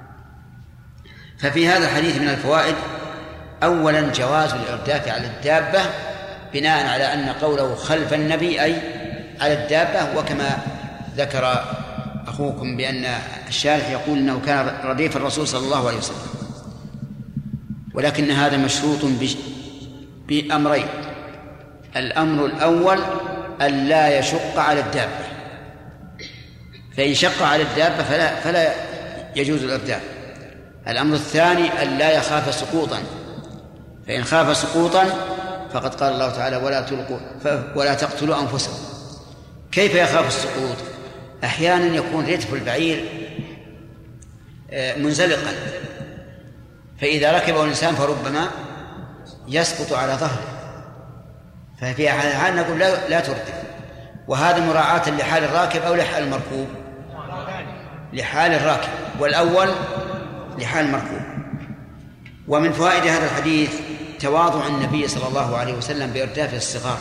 ففي هذا الحديث من الفوائد أولا جواز الإرداف على الدابة بناء على أن قوله خلف النبي أي على الدابة، وكما ذكر أخوكم بأن الشارح يقول أنه كان رديف الرسول صلى الله عليه وسلم، ولكن هذا مشروط بأمرين. الأمر الأول أن لا يشق على الدابة، فإن شق على الدابة فلا, فلا يجوز الإرداف. الأمر الثاني أن لا يخاف سقوطا، فإن خاف سقوطا فقد قال الله تعالى ولا تلقوا ولا تقتلوا أنفسكم. كيف يخاف السقوط؟ أحيانا يكون رتف البعير منزلقا، فإذا ركبه الإنسان فربما يسقط على ظهره، ففي حال نقول لا, لا تردف. وهذا مراعاة لحال الراكب أو لحال المركوب؟ لحال الراكب، والأول لحال المركوب. ومن فوائد هذا الحديث تواضع النبي صلى الله عليه وسلم بإرداف الصغار،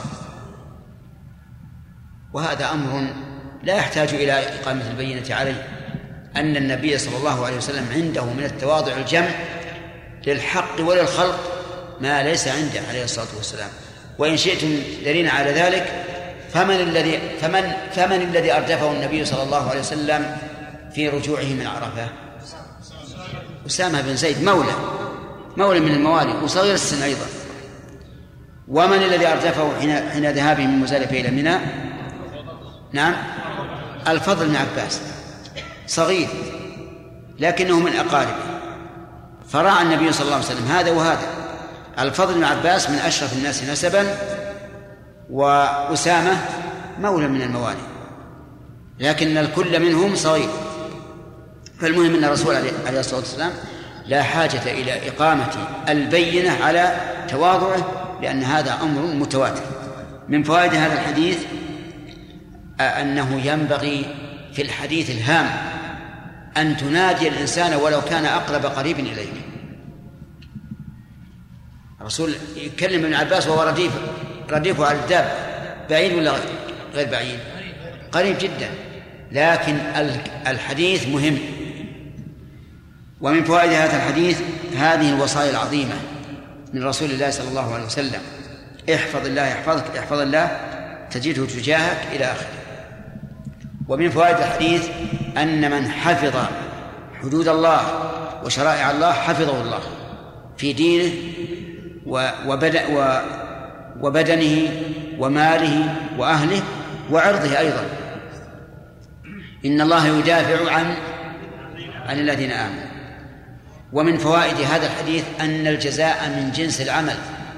وهذا أمر لا يحتاج إلى إقامة البينة عليه، أن النبي صلى الله عليه وسلم عنده من التواضع الجم للحق وللخلق ما ليس عنده عليه الصلاة والسلام. وإن شئتم دليلا على ذلك فمن الذي فمن فمن الذي أردفه النبي صلى الله عليه وسلم في رجوعه من عرفة؟ أسامة بن زيد، مولى مولى من الموالي وصغير السن أيضا. ومن الذي أردفه حين حين ذهابه من مزدلفة إلى منى؟ نعم، الفضل بن عباس، صغير لكنه من أقاربه، فرأى النبي صلى الله عليه وسلم هذا وهذا. الفضل بن عباس من أشرف الناس نسبا، وأسامة مولى من الموالي، لكن الكل منهم صغير. فالمهم أن الرسول عليه الصلاة والسلام لا حاجة إلى إقامة البينة على تواضعه، لأن هذا أمر متواتر. من فوائد هذا الحديث أنه ينبغي في الحديث الهام أن تنادي الإنسان ولو كان أقرب قريب إليه. الرسول يكلم ابن عباس وهو رديف رديفه على الدابة، بعيد ولا غير بعيد؟ قريب جدا، لكن الحديث مهم. ومن فوائد هذا الحديث هذه الوصايا العظيمة من رسول الله صلى الله عليه وسلم: احفظ الله يحفظك، احفظ الله تجده تجاهك، إلى آخره. ومن فوائد الحديث أن من حفظ حدود الله وشرائع الله حفظه الله في دينه وبدنه وماله وأهله وعرضه أيضا. إن الله يدافع عن عن الذين آمنوا. ومن فوائد هذا الحديث أن الجزاء من جنس العمل،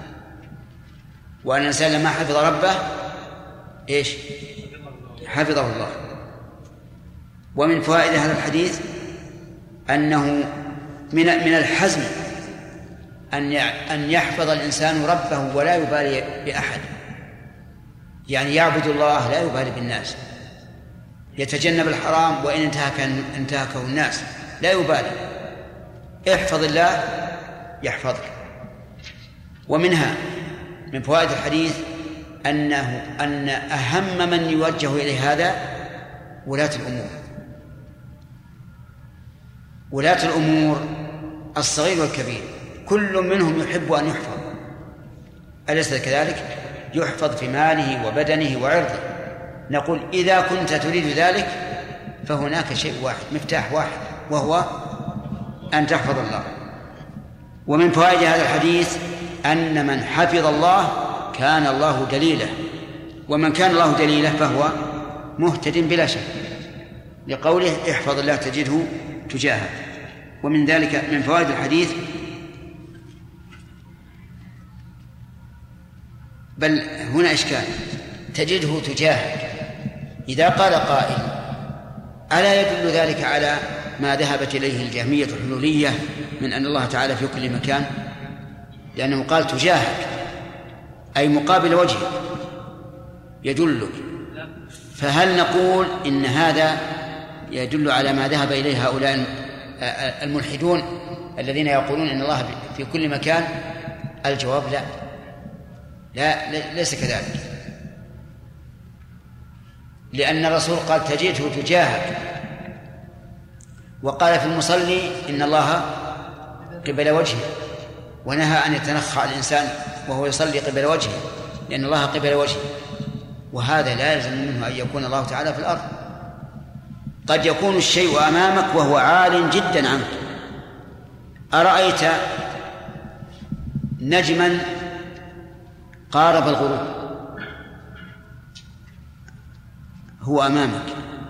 وأن الإنسان لما حفظ ربه إيش؟ حفظه الله. ومن فوائد هذا الحديث أنه من من الحزم أن أن يحفظ الإنسان ربه ولا يبالي بأحد، يعني يعبد الله لا يبالي بالناس، يتجنب الحرام وإن انتهك انتهكه الناس لا يبالي. احفظ الله يحفظك. ومنها من فوائد الحديث أنه أن أهم من يوجه إليه هذا ولاة الأمور. ولاة الأمور الصغير والكبير كل منهم يحب أن يحفظ، أليس كذلك؟ يحفظ في ماله وبدنه وعرضه. نقول إذا كنت تريد ذلك فهناك شيء واحد، مفتاح واحد، وهو أن تحفظ الله. ومن فوائد هذا الحديث أن من حفظ الله كان الله دليله، ومن كان الله دليله فهو مهتد بلا شك، لقوله احفظ الله تجده تجاهك. ومن ذلك من فوائد الحديث بل هنا إشكال، تجده تجاهك. إذا قال قائل ألا يدل ذلك على ما ذهبت إليه الجهمية الحلولية من أن الله تعالى في كل مكان؟ لأنه قال تجاهك أي مقابل وجهك يدلك. فهل نقول إن هذا يدل على ما ذهب إليه هؤلاء الملحدون الذين يقولون إن الله في كل مكان؟ الجواب لا، لا ليس كذلك، لأن الرسول قال تجده تجاهك، وقال في المصلي إن الله قبل وجهه، ونهى أن يتنخع الإنسان وهو يصلي قبل وجهه لأن الله قبل وجهه. وهذا لا يلزم منه أن يكون الله تعالى في الأرض. قد يكون الشيء أمامك وهو عال جدا عنك. أرأيت نجما قارب الغروب هو أمامك،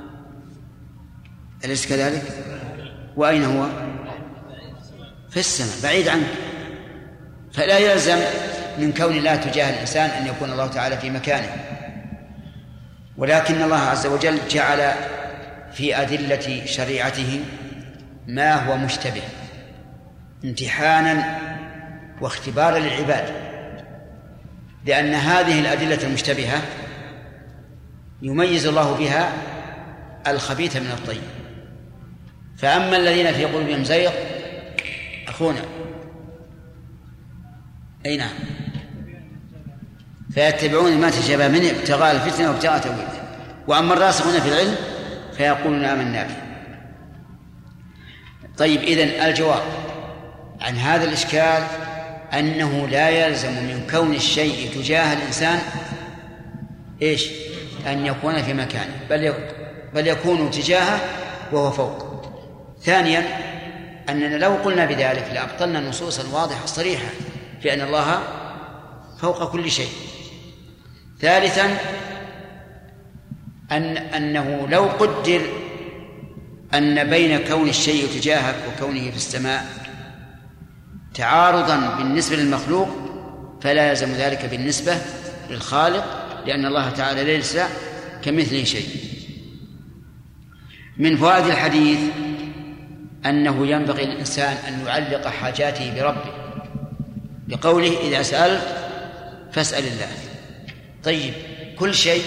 أليس كذلك؟ وأين هو؟ في السماء بعيد عنك. فلا يلزم من كون الله تجاه الإنسان أن يكون الله تعالى في مكانه، ولكن الله عز وجل جعل في أدلة شريعته ما هو مشتبه امتحانا واختبارا للعباد، لأن هذه الأدلة المشتبهة يميز الله بها الخبيث من الطيب. فأما الذين في قلوبهم زيغ أخونا أي نعم فيتبعون ما تشابه منه ابتغاء الفتنة وابتغاء تأويله، وأما الراسخون في العلم فيقولون آمنا به. طيب، إذن الجواب عن هذا الإشكال أنه لا يلزم من كون الشيء تجاه الإنسان إيش؟ أن يكون في مكانه، بل بل يكون تجاهه وهو فوق. ثانيا أننا لو قلنا بذلك لأبطلنا النصوص الواضحة الصريحة في أن الله فوق كل شيء. ثالثا أن أنه لو قدر أن بين كون الشيء تجاهك وكونه في السماء تعارضا بالنسبة للمخلوق فلا يلزم ذلك بالنسبة للخالق، لأن الله تعالى ليس كمثله شيء. من فوائد الحديث أنه ينبغي للإنسان أن يعلق حاجاته بربه، بقوله إذا سألت فاسأل الله. طيب، كل شيء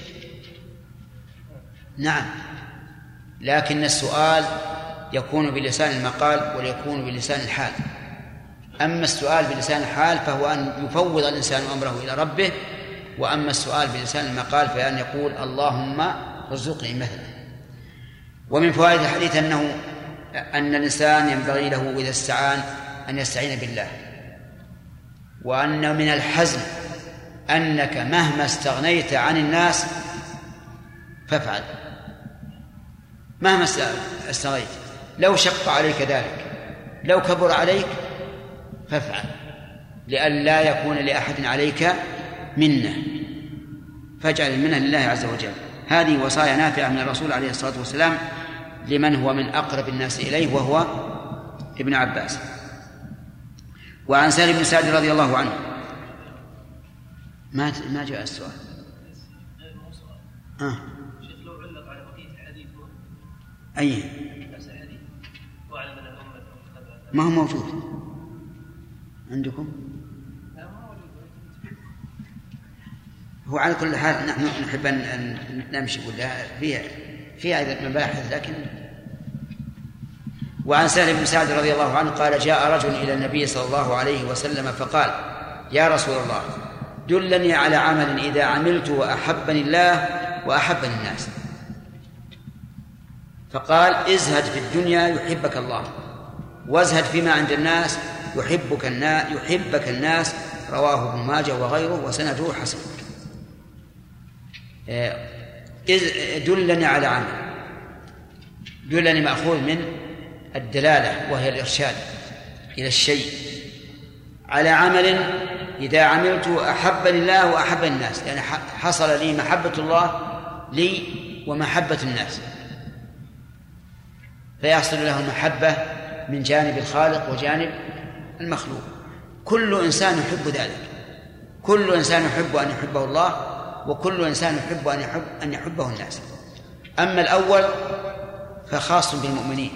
نعم، لكن السؤال يكون بلسان المقال ويكون بلسان الحال. أما السؤال بلسان الحال فهو أن يفوض الإنسان أمره إلى ربه، وأما السؤال بلسان المقال فأن يقول اللهم ارزقني مثلا. ومن فوائد الحديث أنه أن الإنسان ينبغي له إذا استعان أن يستعين بالله، وأن من الحزم أنك مهما استغنيت عن الناس فافعل، مهما استغنيت، لو شق عليك ذلك، لو كبر عليك فافعل، لئلا يكون لأحد عليك منة، فاجعل المنة لله عز وجل. هذه وصايا نافعة من الرسول عليه الصلاة والسلام لمن هو من أقرب الناس إليه وهو ابن عباس. وعن سهل بن سعد رضي الله عنه ما ما جاء السؤال. آه. شيخ لو علق على بقية الحديث أي نفس الحديث وعلى من الأمة ما هو موجود عندكم؟ هو على كل حال نحن نحب أن نمشي كلها فيها فيها أيضا مباحث. لكن وعن سهل بن سعد رضي الله عنه قال جاء رجل إلى النبي صلى الله عليه وسلم فقال يا رسول الله دلني على عمل إذا عملت وأحبني الله وأحبني الناس. فقال ازهد في الدنيا يحبك الله، وازهد فيما عند الناس يحبك الناس يحبك الناس. رواه ابن ماجه وغيره وسنده حسن. دلني على عمل، دلني مأخوذ من الدلالة وهي الإرشاد إلى الشيء، على عمل إذا عملت أحبني الله وأحب الناس، يعني حصل لي محبة الله لي ومحبة الناس، فيحصل له المحبة من جانب الخالق وجانب المخلوق. كل إنسان يحب ذلك، كل إنسان يحب أن يحبه الله، وكل إنسان يحب أن يحب أن يحبه الناس. أما الأول فخاص بالمؤمنين،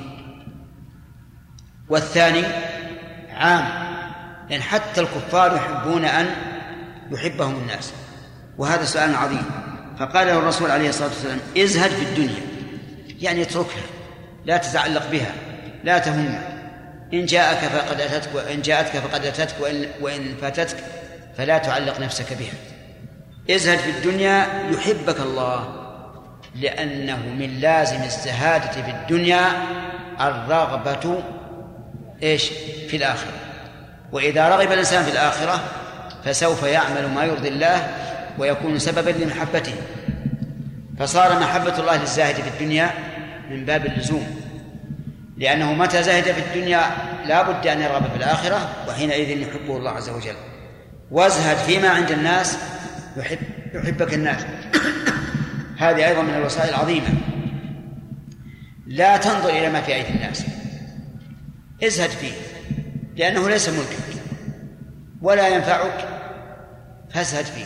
والثاني عام، لأن حتى الكفار يحبون أن يحبهم الناس، وهذا سؤال عظيم. فقال له الرسول عليه الصلاة والسلام ازهد في الدنيا، يعني اتركها، لا تتعلق بها، لا تهم، إن جاءك فقد أتتك، وإن جاءتك فقد أتتك، وإن, وإن فاتتك فلا تعلق نفسك بها. ازهد في الدنيا يحبك الله، لأنه من لازم الزهادة في الدنيا الرغبة إيش في الآخرة، وإذا رغب الإنسان في الآخرة فسوف يعمل ما يرضي الله ويكون سببا لمحبته. فصار محبة الله للزاهد في الدنيا من باب اللزوم، لأنه متى زهد في الدنيا لا بد أن يرغب في الآخرة، وحينئذ يحبه الله عز وجل. وازهد فيما عند الناس يحب يحبك الناس. هذه أيضا من الوسائل العظيمة. لا تنظر إلى ما في أيدي الناس، ازهد فيه، لأنه ليس ملكك ولا ينفعك فازهد فيه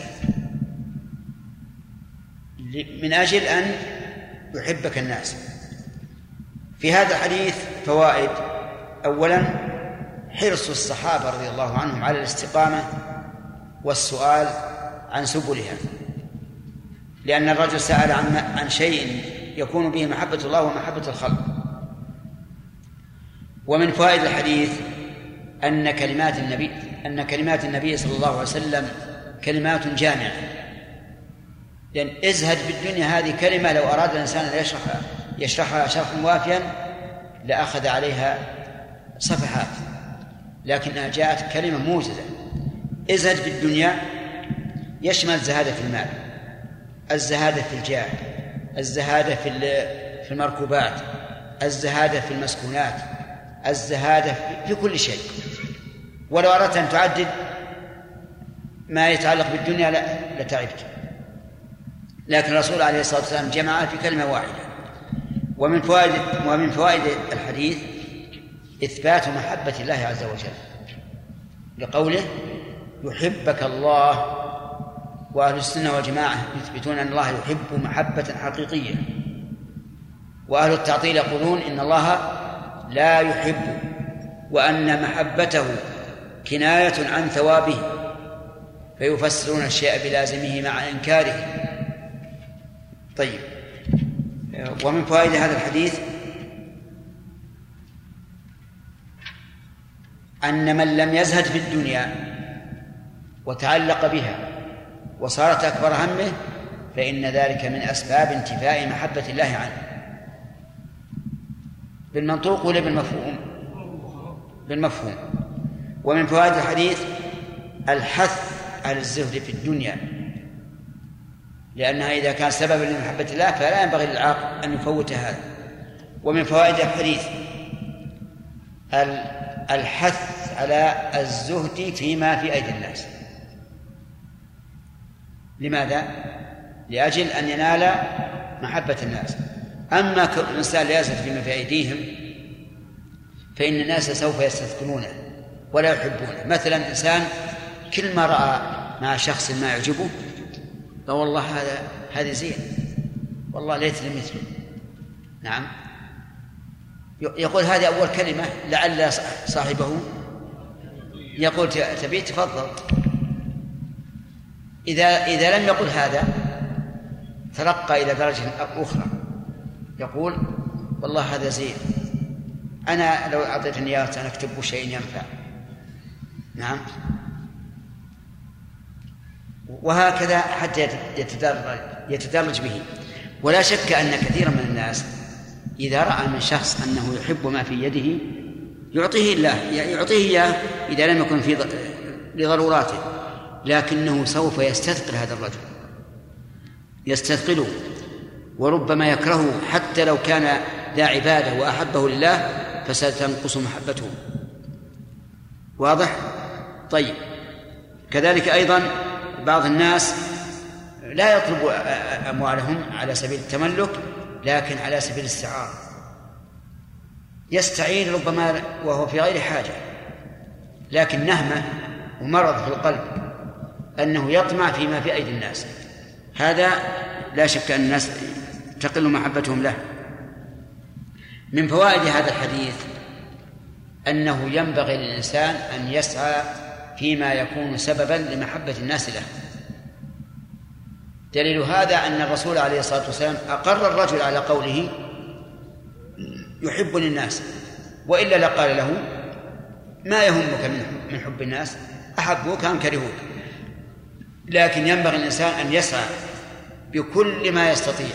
من أجل أن يحبك الناس. في هذا الحديث فوائد: أولا حرص الصحابة رضي الله عنهم على الاستقامة والسؤال عن سبلها، لأن الرجل سأل عن عن شيء يكون به محبة الله ومحبة الخلق. ومن فوائد الحديث أن كلمات النبي أن كلمات النبي صلى الله عليه وسلم كلمات جامعة، لأن ازهد في الدنيا هذه كلمة لو أراد الإنسان أن يشرحها يشرحها شرحا وافيا لأخذ عليها صفحات، لكنها جاءت كلمة موجزة. ازهد في الدنيا يشمل الزهادة في المال، الزهادة في الجاه، الزهادة في المركوبات، الزهادة في المسكونات، الزهادة في كل شيء. ولو أردت أن تعدد ما يتعلق بالدنيا لتعبت، لكن الرسول عليه الصلاة والسلام جمعها في كلمة واحدة. ومن فوائد ومن فوائد الحديث إثبات محبة الله عز وجل، لقوله يحبك الله، وأهل السنة والجماعة يثبتون أن الله يحب محبة حقيقية، وأهل التعطيل يقولون إن الله لا يحب، وأن محبته كناية عن ثوابه، فيفسرون الشيء بلازمه مع إنكاره. طيب، ومن فوائد هذا الحديث أن من لم يزهد في الدنيا وتعلق بها وصارت أكبر همه فإن ذلك من أسباب انتفاء محبة الله عنه. بالمنطوق ولا بالمفهوم؟ بالمفهوم. ومن فوائد الحديث الحث على الزهد في الدنيا، لأنها إذا كان سببا لمحبة الله فلا ينبغي للعاقل أن يفوت هذا. ومن فوائد الحديث الحث على الزهد فيما في أيدي الناس. لماذا؟ لأجل أن ينال محبة الناس. أما كل إنسان لا يزهد فيما في أيديهم فإن الناس سوف يستثقلونه ولا يحبونه. مثلا إنسان كل ما رأى مع شخص ما يعجبه لا والله هذا هذا زين، والله ليت لي مثله. نعم، يقول هذه أول كلمة لعل صاحبه يقول تبي تفضل. إذا إذا لم يقل هذا ترقى إلى درجة أخرى، يقول والله هذا زين، أنا لو أعطيتني إياه سنكتب شيء ينفع. نعم، وهكذا حتى يتدرج, يتدرج به. ولا شك أن كثيرا من الناس إذا رأى من شخص أنه يحب ما في يده يعطيه الله يعطيه إياه إذا لم يكن في لضروراته، لكنه سوف يستثقل هذا الرجل، يستثقله، وربما يكرهه حتى لو كان ذا عبادة وأحبه لله فستنقص محبته. واضح؟ طيب، كذلك أيضا بعض الناس لا يطلب أموالهم على سبيل التملك لكن على سبيل الاستعارة، يستعين ربما وهو في غير حاجة، لكن نهمة ومرض في القلب أنه يطمع فيما في أيدي الناس، هذا لا شك أن الناس تقل محبتهم له. من فوائد هذا الحديث أنه ينبغي للإنسان أن يسعى فيما يكون سببا لمحبة الناس له. دليل هذا أن الرسول عليه الصلاة والسلام أقر الرجل على قوله يحب الناس، وإلا لقال له ما يهمك من حب الناس، أحبوك أم كرهوك. لكن ينبغي الإنسان أن يسعى بكل ما يستطيع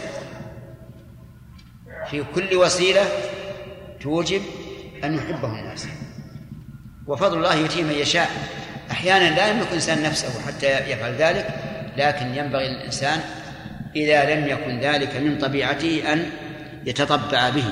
في كل وسيلة توجب أن يحبه الناس، وفضل الله يؤتيه من يشاء. أحيانا لا يملك الإنسان نفسه حتى يفعل ذلك، لكن ينبغي للإنسان إذا لم يكن ذلك من طبيعته أن يتطبع به.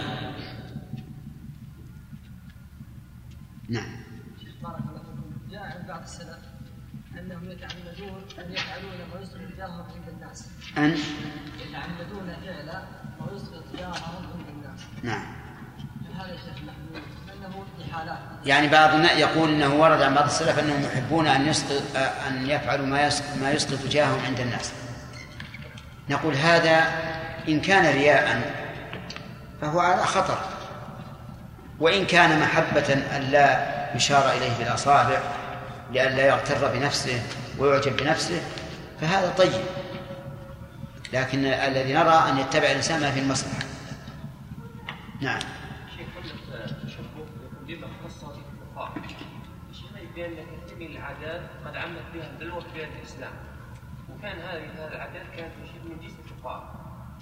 نعم. بارك الله فيكم. جاء عن بعض السلف أنهم يتعمدون أن يفعلون ما يسقط جاههم عند الناس. أن يتعمدون فعل ما يسقط جاههم عند الناس. نعم. هذا الشيخ محمود أنه اتحاد حالات. يعني بعض الناس يقول انه ورد عن بعض السلف انهم يحبون ان يسقط ان يفعلوا ما يسقط ما يسقط جاههم عند الناس. نقول هذا ان كان رياء فهو على خطر، وان كان محبة ان لا يشار اليه بالاصابع لئلا يغتر بنفسه ويعجب بنفسه فهذا طيب، لكن الذي نرى ان يتبع الانسان ما في المصلحة. نعم. شيخ قبل التشبه يكون بما خص به الكفار. الشيخ يبين ان كثير من العادات قد عمت بها البلوى في بلاد الاسلام، وكان هذه هذه العادات كانت تشبه من جنس الكفار.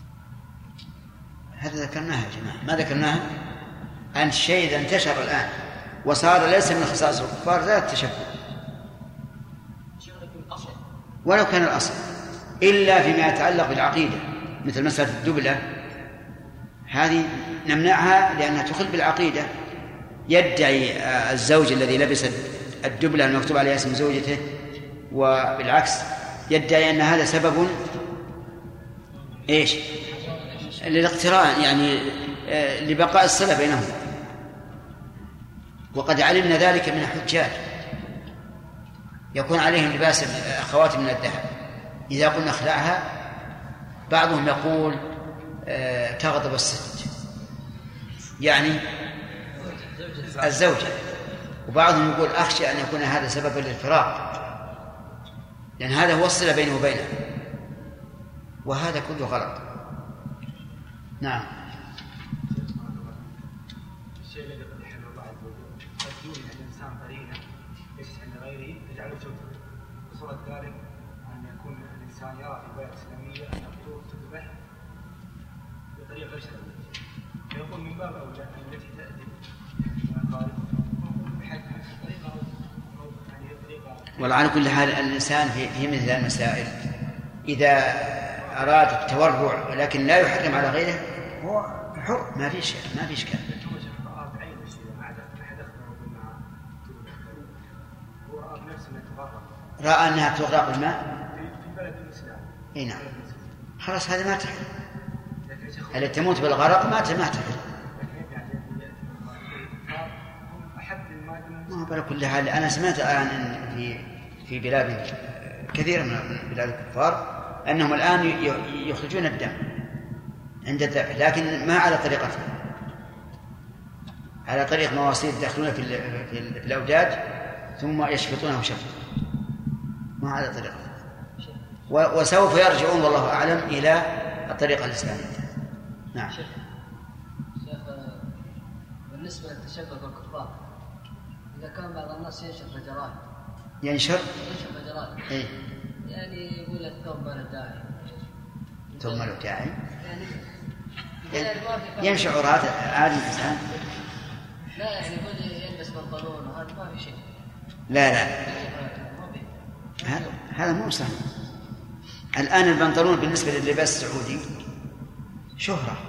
هذا ذكرناها يا جماعة، ما ذكرناها أن الشيء إذا انتشر الآن وصار ليس من خصائص الكفار لا التشبه ولو كان الأصل، إلا فيما يتعلق بالعقيدة مثل مسألة الدبلة، هذه نمنعها لأنها تخل بالعقيدة. يدعي الزوج الذي لبس الدبلة المكتوب عليها اسم زوجته وبالعكس يدعي أن هذا سبب إيش للاقتران، يعني لبقاء الصلة بينهم، وقد علمنا ذلك من الحجاج يكون عليهم لباس خواتم من الذهب، إذا قلنا اخلعها بعضهم يقول تغضب الست يعني الزوجة، وبعضهم يقول أخشى أن يكون هذا سببا للفراق لأن هذا هو الصلة بينه وبينه، وهذا كله غلط. نعم. الشيء الذي قد يحله الله عز وجل قد يولد الإنسان قرينة ليست عند غيره تجعله جوده، وصورة ذلك أن يكون الإنسان يرى في بلد إسلامية أن الطيور تذبح بطريقة غير شرعية، فيقول من باب أولى أن التي تأتي من الخارج بحجمها طريقة يعني طريقة. وعلى كل حال الإنسان في في مثل المسائل إذا أراد التورع لكن لا يحرم على غيره هو حر، ما في شيء ما في إشكال. رأى أنها تغرق الماء في بلد الإسلام. إيه نعم. خلاص هذا ما تحل. هل تموت بالغرق ما ما تحل. ما على كل حال أنا سمعت الآن إن في في بلاد كثيرة من بلاد الكفار أنهم الآن يخرجون الدم عند الذبح، لكن ما على طريقته، على طريق مواسير يدخلون في في الأوداج ثم يشفطونه شفطا، ما على طريقته، وسوف يرجعون والله أعلم إلى الطريقة الإسلامية. نعم. شيخ بالنسبة للتشبه بالكفار، إذا كان بعض الناس ينشر فجرات ينشر ينشر فجرات إيه؟ يعني يقول الثوب ما له داعي، ثم له داعي يعني يمشي عراة عادي الإنسان. لا يعني يقول يلبس بنطلون وهذا ما في شيء. لا لا هذا هذا مو صحيح. الآن البنطلون بالنسبة لللباس السعودي شهرة،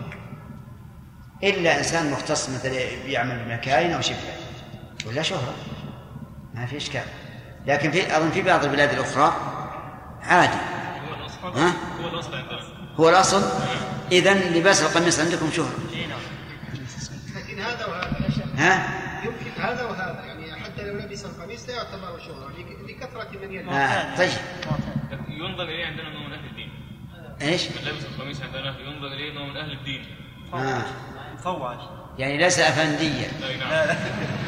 إلا إنسان مختص مثلا يعمل بمكاين أو شبه ولا شهرة ما في إشكال، لكن في أظن في بعض البلاد الأخرى عادي. هو الأصل. ها؟ هو الأصل عندنا. هو الأصل. إذن لباس القميص عندكم شهرة. لكن هذا وهذا يا شيخ. ها؟ يمكن هذا وهذا، يعني حتى لو لبس القميص لا يعتبر شهرة لكثرة من يلبس. آه طيب. ينظر إليه عندنا أنه من أهل الدين. إيش؟ من لبس القميص عندنا ينظر إليه أنه من أهل الدين. آه. مفوع يعني ليس أفنديا. لا لا.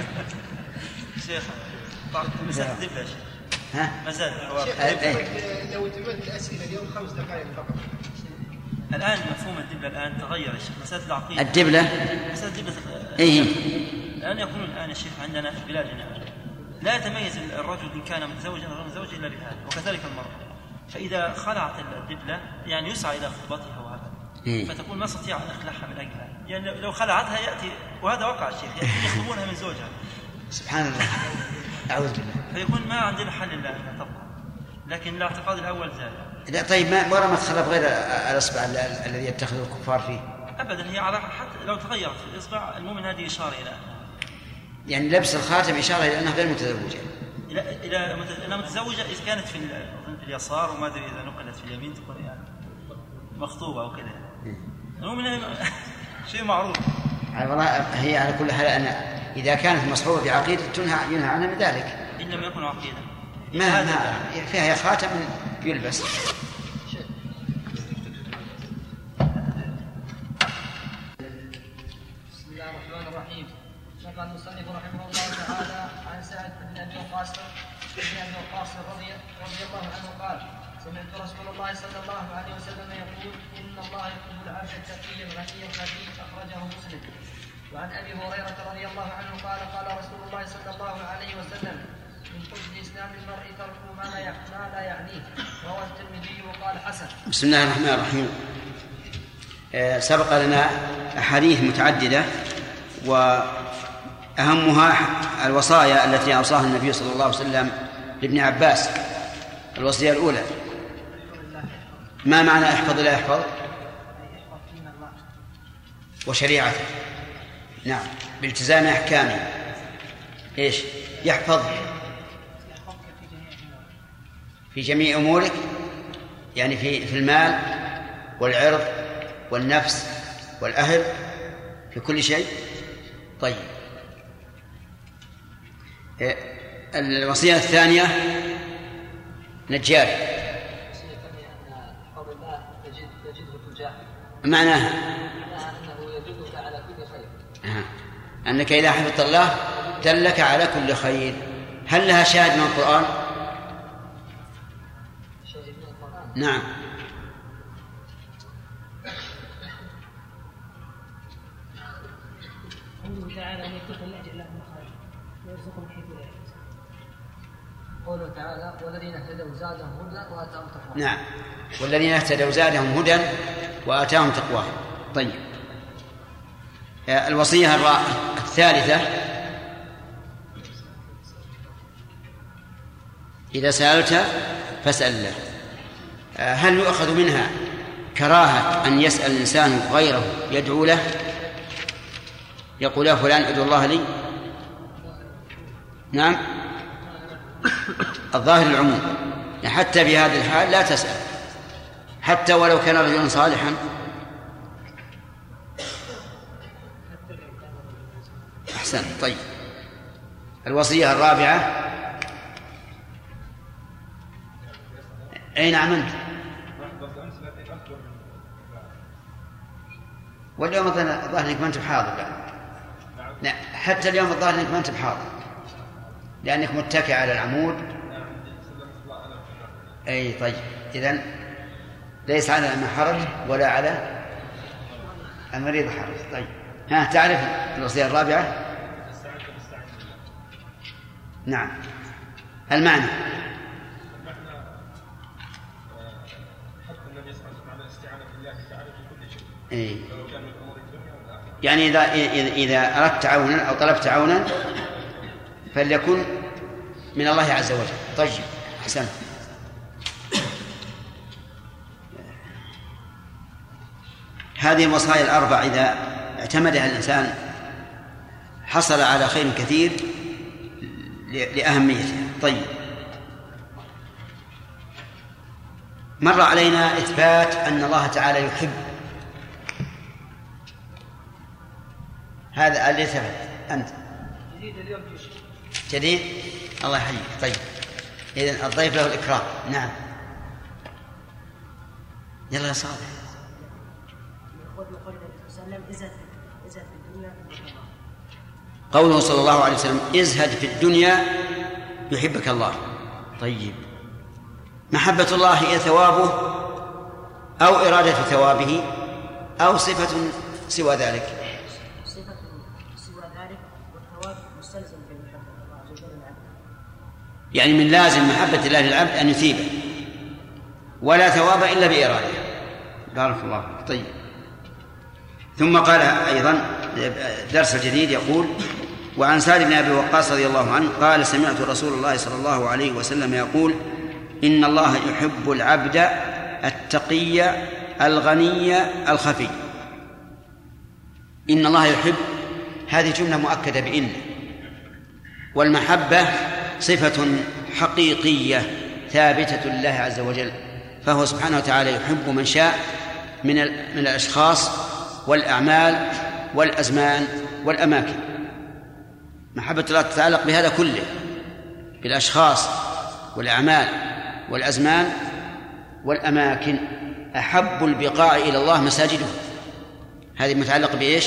شيخ مسألة الدبلة شيخ. ها؟ مسألة شيخ لو تمت الأسئلة اليوم خمس دقائق فقط. الآن مفهوم الدبلة الآن تغير يا شيخ، مسألة العقيدة. الدبلة؟ مسألة الدبلة. إيه. الآن يقولون الآن يا شيخ عندنا في بلادنا لا يتميز الرجل إن كان متزوجا أو غير متزوج إلا بهذا، وكذلك المرأة. فإذا خلعت الدبلة يعني يسعى إلى خطبتها وهذا، إيه. فتقول ما استطيع أن أخلعها من أجلها، يعني لو خلعتها يأتي، وهذا وقع الشيخ، يخطبونها من زوجها. سبحان الله. أعوذ بالله. فيكون ما عندنا حل إلا أن تبقى، لكن الاعتقاد الأول زال. لا طيب ما مرة ما تخلف غير الإصبع الذي يتخذه الكفار فيه. أبدا هي على حتى لو تغيرت في الإصبع المؤمن هذه إشارة إلى يعني لبس الخاتم إشارة إلى أنها غير متزوجة. إلى إلى أنها متزوجة إذا كانت في في اليسار، وما أدري إذا نقلت في اليمين تكون يعني مخطوبة أو كذا. المؤمن شيء معروف. والله هي على كل حال أنا إذا كانت مصحوبة بعقيدة تنهى ينهى عنها من ذلك. إن لم يكن عقيدة ما ما فيها خاتم يلبس. بسم الله الرحمن الرحيم. نقل المصنف رحمه الله تعالى عن سعد بن ابي وقاص بن ابي وقاص رضي رضي الله عنه قال: سمعت رسول الله صلى الله عليه وسلم يقول: ان الله يحب العبد التقي الغني الخفيف. اخرجه مسلم. وعن ابي هريره رضي الله عنه قال: قال رسول الله صلى الله عليه وسلم: من حسن اسلام المرء تركه ما لا ما لا يعنيه. رواه الترمذي وقال حسن. بسم الله الرحمن الرحيم. سبق لنا أحاديث متعددة وأهمها الوصايا التي أوصاها النبي صلى الله عليه وسلم لابن عباس. الوصية الأولى ما معنى احفظ لا يحفظ؟ وشريعته، نعم، بالتزام أحكامه. إيش يحفظ؟ في جميع أمورك، يعني في في المال والعرض والنفس والأهل، في كل شيء. طيب، الوصية الثانية نجار. معناها أنه يدلك على كل خير. آه. أنك إذا حفظت الله دلك على كل خير. هل لها شاهد من القرآن؟ شاهد من القرآن؟ نعم. قوله تعالى أن يكون الأجر لهم مخرج ويرزقهم حيث لا يحتسب. قوله تعالى: والذين اهتدوا زادهم هدى وآتاهم تقواهم. نعم، والذين اهتدوا زادهم هدى وآتاهم تقواهم. طيب، الوصية الثالثة: إذا سألت فاسأل الله. هل يؤخذ منها كراهة أن يسأل الإنسان غيره يدعو له، يقول يا فلان ادعو الله لي؟ نعم، الظاهر العموم، يعني حتى في هذه الحال لا تسأل، حتى ولو كان رجلا صالحا. أحسن. طيب، الوصية الرابعة. أين عملت؟ واليوم الظاهر انك ما انت بحاضر بعد. لا، حتى اليوم الظاهر انك ما انت بحاضر لانك متكئ على العمود. اي طيب، اذن ليس على ما حرج ولا على المريض حرج. طيب، ها تعرف الوصية الرابعة؟ نعم، المعنى إيه؟ يعني إذا إذا أردت عونا أو طلبت عونا فليكن من الله عز وجل. طيب، أحسن. هذه الوصايا الأربع إذا اعتمدها الإنسان حصل على خير كثير لأهميتها. طيب، مر علينا إثبات أن الله تعالى يحب. هذا اللي ثبت. أنت جديد اليوم جديد؟ الله يحييك. طيب، إذن الضيف له الإكرام. نعم، يلا يا صالح. قوله صلى الله عليه وسلم ازهد في الدنيا يحبك الله. طيب، محبة الله هي ثوابه أو إرادة ثوابه أو صفة سوى ذلك؟ صفة سوى ذلك، والثواب مستلزم بالمحبة الله عز وجل العبد. يعني من لازم محبة الله للعبد أن يثيبه، ولا ثواب إلا بإرادة. بارك الله فيك. طيب، ثم قال أيضا درس الجديد يقول: وعن سعد بن أبي وقاص رضي الله عنه قال: سمعت رسول الله صلى الله عليه وسلم يقول: إن الله يحب العبد التقي الغني الخفي. إن الله يحب، هذه جملة مؤكدة بإن، والمحبة صفة حقيقية ثابتة لله عز وجل، فهو سبحانه وتعالى يحب من شاء من من الأشخاص والأعمال والأزمان والأماكن. محبة الله تتعلق بهذا كله، بالأشخاص والأعمال والأزمان والأماكن. أحب البقاع إلى الله مساجده، هذه متعلق بإيش؟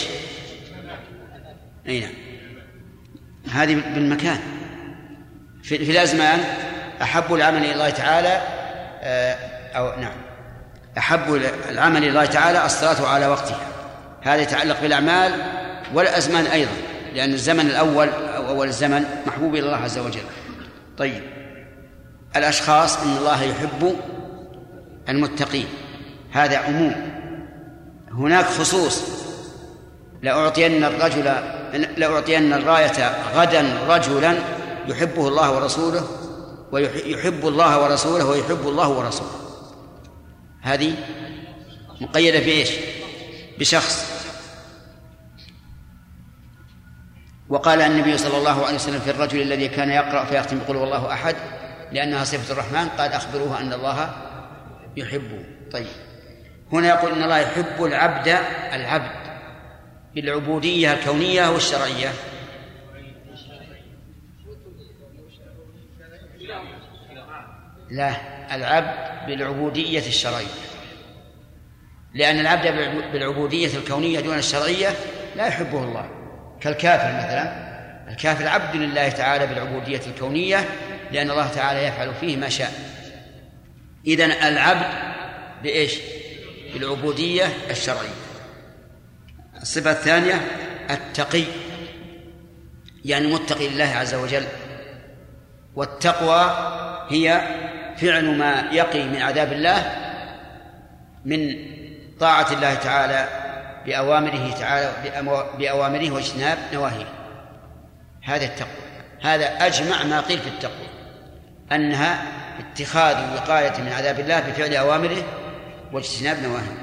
أي نعم، هذه بالمكان. في, في الأزمان أحب العمل إلى الله تعالى أو نعم أحب العمل إلى الله تعالى الصلاة على وقتها، هذا يتعلق بالأعمال والأزمان أيضا، لأن الزمن الأول أو أول الزمن محبوب إلى الله عز وجل. طيب، الأشخاص إن الله يحب المتقين، هذا عموم. هناك خصوص، لأعطين الرجل لأعطين الراية غدا رجلا يحبه الله ورسوله ويحب الله ورسوله ويحب الله ورسوله، هذه مقيدة بإيش؟ بشخص. وقال النبي صلى الله عليه وسلم في الرجل الذي كان يقرأ فيختم بقول والله أحد لأنها صفة الرحمن، قال أخبروه أن الله يحبه. طيب، هنا يقول إن الله يحب العبد العبد بالعبودية الكونية والشرعية. لا، العبد بالعبودية الشرعية، لأن العبد بالعبودية الكونية دون الشرعية لا يحبه الله، كالكافر مثلا. الكافر عبد لله تعالى بالعبودية الكونية، لأن الله تعالى يفعل فيه ما شاء. إذن العبد بإيش؟ بالعبودية الشرعية. الصفة الثانية التقي، يعني متقي لله عز وجل. والتقوى هي فعل ما يقي من عذاب الله من طاعة الله تعالى بأوامره تعالى بأوامره واجتناب نواهيه، هذا التقوى. هذا أجمع ما قيل في التقوى، أنها اتخاذ الوقاية من عذاب الله بفعل أوامره واجتناب نواهيه.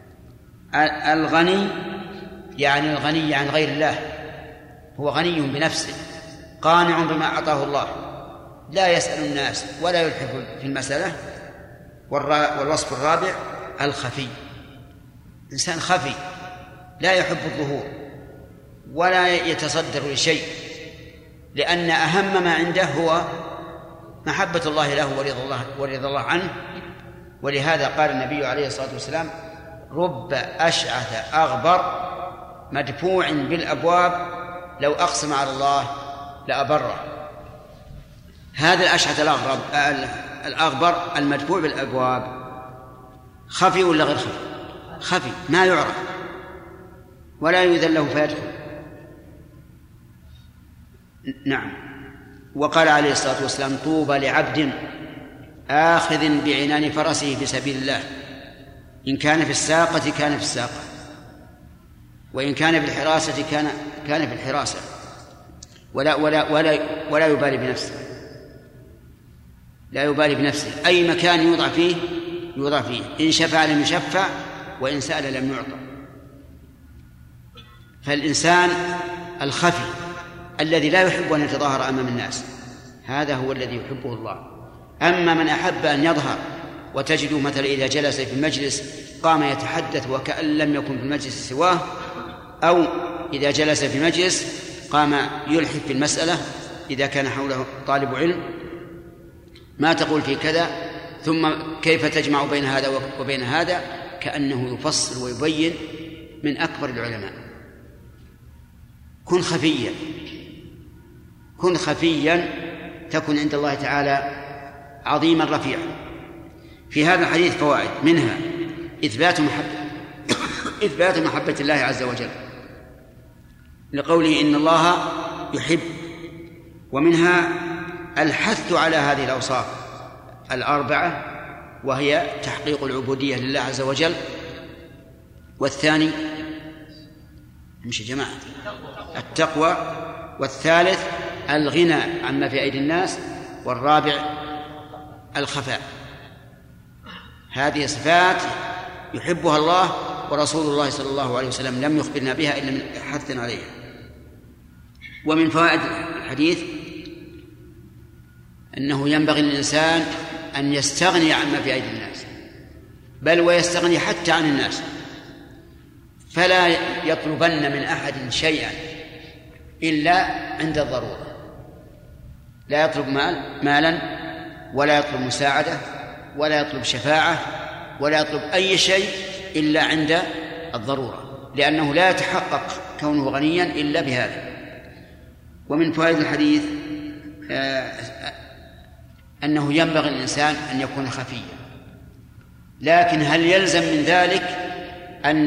الغني يعني الغني عن غير الله، هو غني بنفسه قانع بما أعطاه الله، لا يسأل الناس ولا يلحف في المسألة. والوصف الرابع الخفي، إنسان خفي لا يحب الظهور ولا يتصدر لشيء، لأن أهم ما عنده هو محبة الله له ورضا الله, ورضا الله عنه. ولهذا قال النبي عليه الصلاة والسلام رب أشعث أغبر مدفوع بالأبواب لو أقسم على الله لأبره. هذا الأشعث الأغبر, الأغبر المدفوع بالأبواب خفي ولا غير خفي؟ خفي، ما يعرف ولا يؤذن له فيدخل. نعم. وقال عليه الصلاة والسلام طوبى لعبد آخذ بعنان فرسه بسبيل الله، إن كان في الساقة كان في الساقة، وإن كان في الحراسة كان كان في الحراسة، ولا ولا ولا ولا يبالي بنفسه، لا يبالي بنفسه، أي مكان يوضع فيه يوضع فيه، إن شفع لم يشفع وإن سأل لم يعطى. فالإنسان الخفي الذي لا يحب أن يتظاهر أمام الناس هذا هو الذي يحبه الله. أما من أحب أن يظهر وتجده مثلا إذا جلس في المجلس قام يتحدث وكأن لم يكن في المجلس سواه، أو إذا جلس في مجلس قام يلحف في المسألة إذا كان حوله طالب علم، ما تقول في كذا ثم كيف تجمع بين هذا وبين هذا، كأنه يفصل ويبين من أكبر العلماء. كن خفيا، كن خفيا تكن عند الله تعالى عظيما رفيعا. في هذا الحديث فوائد، منها إثبات محبة إثبات محبة الله عز وجل لقوله إن الله يحب، ومنها الحث على هذه الأوصاف الأربعة وهي تحقيق العبودية لله عز وجل، والثاني مش جماعة التقوى، والثالث الغنى عما في أيدي الناس، والرابع الخفاء. هذه صفات يحبها الله ورسول الله صلى الله عليه وسلم لم يخبرنا بها إلا من حث عليها. ومن فوائد الحديث أنه ينبغي للإنسان أن يستغني عما في أيدي الناس، بل ويستغني حتى عن الناس، فلا يطلبن من أحد شيئا إلا عند الضرورة، لا يطلب مال مالا ولا يطلب مساعدة ولا يطلب شفاعة ولا يطلب أي شيء إلا عند الضرورة، لأنه لا يتحقق كونه غنيا إلا بهذا. ومن فوائد الحديث أنه ينبغي الإنسان أن يكون خفيا، لكن هل يلزم من ذلك أن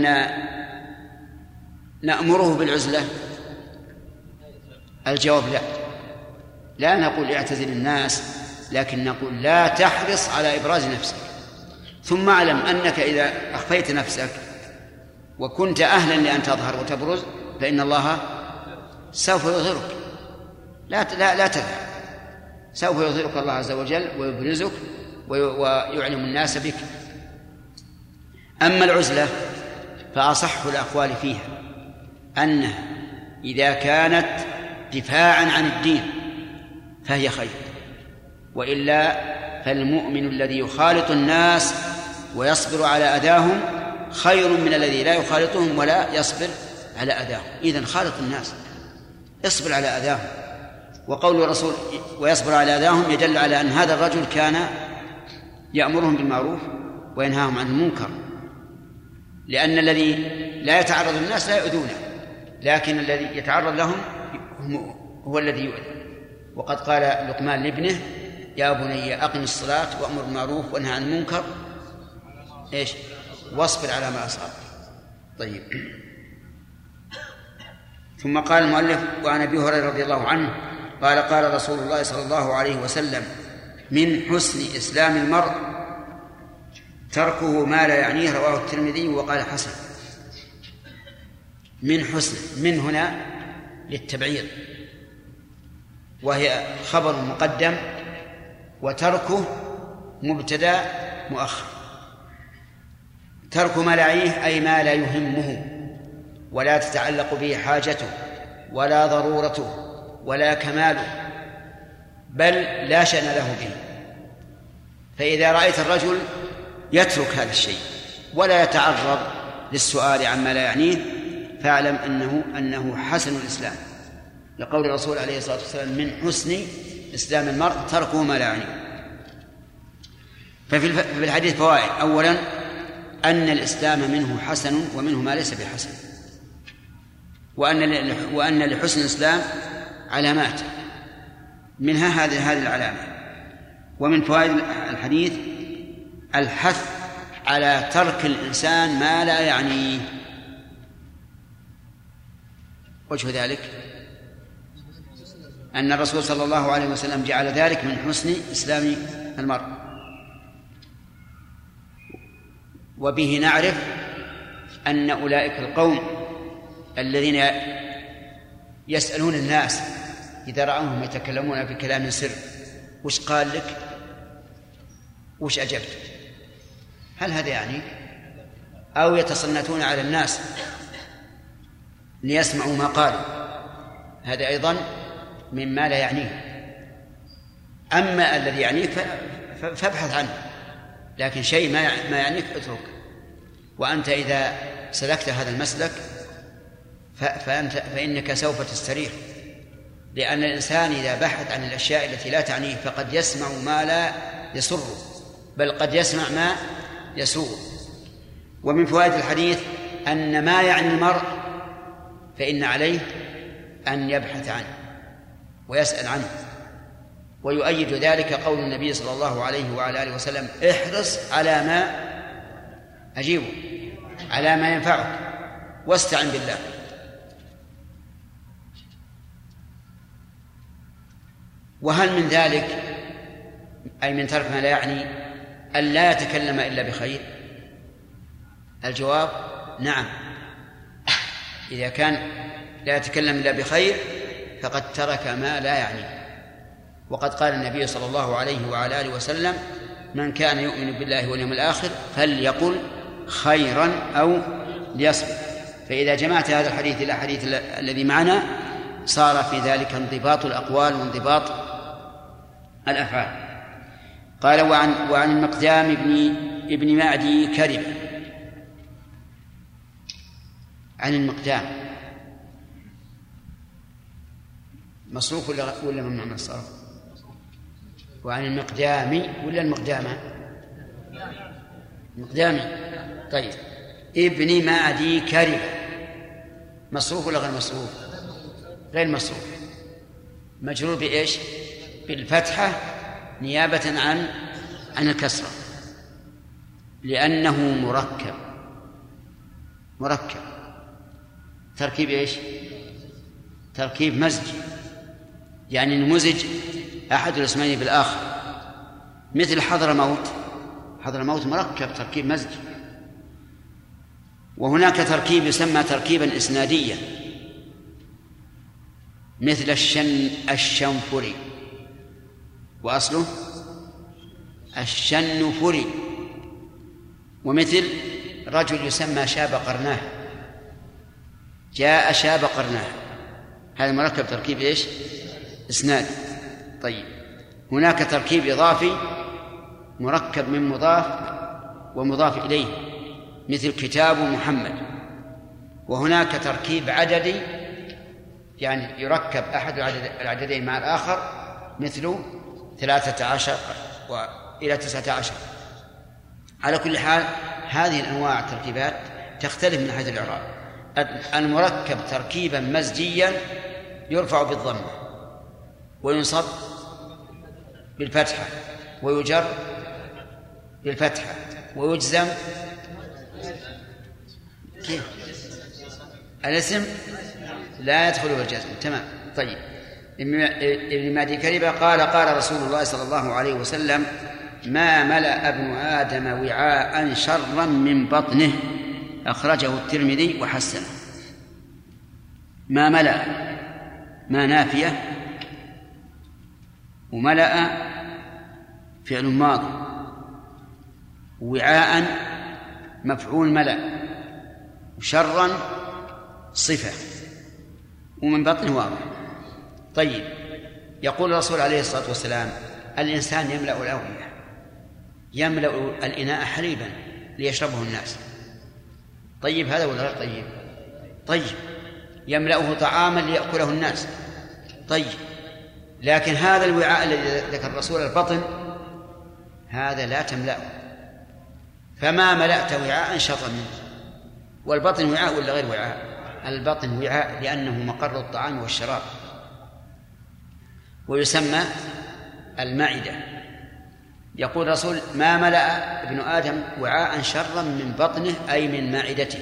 نأمره بالعزلة؟ الجواب لا، لا نقول اعتزل الناس، لكن نقول لا تحرص على إبراز نفسك. ثم اعلم أنك إذا أخفيت نفسك وكنت أهلا لأن تظهر وتبرز فإن الله سوف يظهرك، لا لا لا تذهب، سوف يظهرك الله عز وجل ويبرزك ويعلم الناس بك. أما العزلة فأصح الأقوال فيها أنها إذا كانت دفاعا عن الدين فهي خير، وإلا فالمؤمن الذي يخالط الناس ويصبر على أذاهم خير من الذي لا يخالطهم ولا يصبر على أذاهم. إذن خالط الناس، اصبر على أذاهم. وقول الرسول ويصبر على أذاهم يدل على أن هذا الرجل كان يأمرهم بالمعروف وينهاهم عن المنكر، لأن الذي لا يتعرض للناس لا يؤذونه، لكن الذي يتعرض لهم هو الذي يؤذي. وقد قال لقمان لابنه يا بني أقم الصلاة وأمر بالمعروف وانهى عن المنكر إيش واصبر على ما أصاب. طيب. ثم قال المؤلف وعن أبي هريرة رضي الله عنه قال قال رسول الله صلى الله عليه وسلم من حسن إسلام المرء تركه ما لا يعنيه، رواه الترمذي وقال حسن. من حسن، من هنا للتبعيض وهي خبر مقدم، وتركه مبتدأ مؤخر. ترك ما لا يعنيه أي ما لا يهمه ولا تتعلق به حاجته ولا ضرورته ولا كماله، بل لا شأن له به. فإذا رأيت الرجل يترك هذا الشيء ولا يتعرض للسؤال عما لا يعنيه فاعلم أنه أنه حسن الإسلام، لقول الرسول عليه الصلاة والسلام من حسن إسلام المرء تركه ما لا يعنيه. ففي الحديث فوائد: أولا أن الإسلام منه حسن ومنه ما ليس بحسن، وأن وأن لحسن الإسلام علامات، منها هذه هذه العلامة. ومن فوائد الحديث الحث على ترك الإنسان ما لا يعنيه. وجه ذلك أن الرسول صلى الله عليه وسلم جعل ذلك من حسن إسلام المرء. وبه نعرف أن أولئك القوم الذين يسألون الناس إذا رأوهم يتكلمون في كلام سر وش قال لك وش أجبت، هل هذا يعني؟ أو يتصنتون على الناس ليسمعوا ما قالوا، هذا أيضا مما لا يعنيه. أما الذي يعنيك فابحث عنه، لكن شيء ما يعنيك اترك. وأنت إذا سلكت هذا المسلك فأنت فإنك سوف تستريح، لأن الإنسان إذا بحث عن الأشياء التي لا تعنيه فقد يسمع ما لا يسره، بل قد يسمع ما يسوء. ومن فوائد الحديث أن ما يعني المرء فإن عليه أن يبحث عنه ويسأل عنه. ويؤيد ذلك قول النبي صلى الله عليه وعلى آله وسلم احرص على ما أجيبه على ما ينفعك واستعن بالله. وهل من ذلك أي من ترك ما لا يعني أن لا يتكلم إلا بخير؟ الجواب نعم، إذا كان لا يتكلم إلا بخير فقد ترك ما لا يعني. وقد قال النبي صلى الله عليه وعلى آله وسلم من كان يؤمن بالله واليوم الآخر فليقل خيرا أو ليصمت. فإذا جمعت هذا الحديث إلى الحديث الذي معنا صار في ذلك انضباط الأقوال وانضباط الأفعال. قال وعن, وعن المقدام ابن, ابن معدي كرب، عن المقدام مصروف ولا ولا ممنوع من الصرف؟ وعن المقدام ولا المقدامة؟ مقدامي. طيب ابن معدي كرب مصروف ولا غير مصروف؟ غير مصروف. مجرور بإيش؟ بالفتحة نيابة عن عن الكسرة، لأنه مركب. مركب تركيب إيش؟ تركيب مزجي، يعني نمزج أحد الاسمين بالآخر، مثل حضرموت. حضرموت مركب تركيب مزجي. وهناك تركيب يسمى تركيبا إسناديا، مثل الشن الشنفري، وأصله الشنفري. ومثل رجل يسمى شاب قرناه، جاء شاب قرناه، هذا مركب تركيب إيش؟ إسناد. طيب هناك تركيب إضافي مركب من مضاف ومضاف إليه، مثل كتاب محمد. وهناك تركيب عددي، يعني يركب أحد العددين مع الآخر، مثل ثلاثة عشر وإلى تسعة عشر. على كل حال هذه الأنواع التركيبات تختلف من حيث الإعراب. المركب تركيبا مزجيا يرفع بالضمة وينصب بالفتحة ويجر بالفتحة ويجزم كيف؟ الاسم لا يدخل بالجزم. تمام. طيب ابن معدي كرب قال قال رسول الله صلى الله عليه وسلم: ما ملأ ابن آدم وعاء شرا من بطنه. أخرجه الترمذي وحسنه. ما ملأ، ما نافية، وملأ فعل ماضي، وعاء مفعول ملأ، وشرا صفة، ومن بطنه واضح. طيب يقول الرسول عليه الصلاة والسلام: الإنسان يملأ الأوعية، يملأ الإناء حليبا ليشربه الناس. طيب هذا ولا غير طيب؟ طيب. يملأه طعاما ليأكله الناس. طيب. لكن هذا الوعاء الذي ذكر الرسول البطن، هذا لا تملأه. فما ملأت وعاء شطا منه. والبطن وعاء ولا غير وعاء؟ البطن وعاء لأنه مقر الطعام والشراب، ويسمى المعدة. يقول الرسول: ما ملأ ابن آدم وعاء شرا من بطنه، أي من معدته،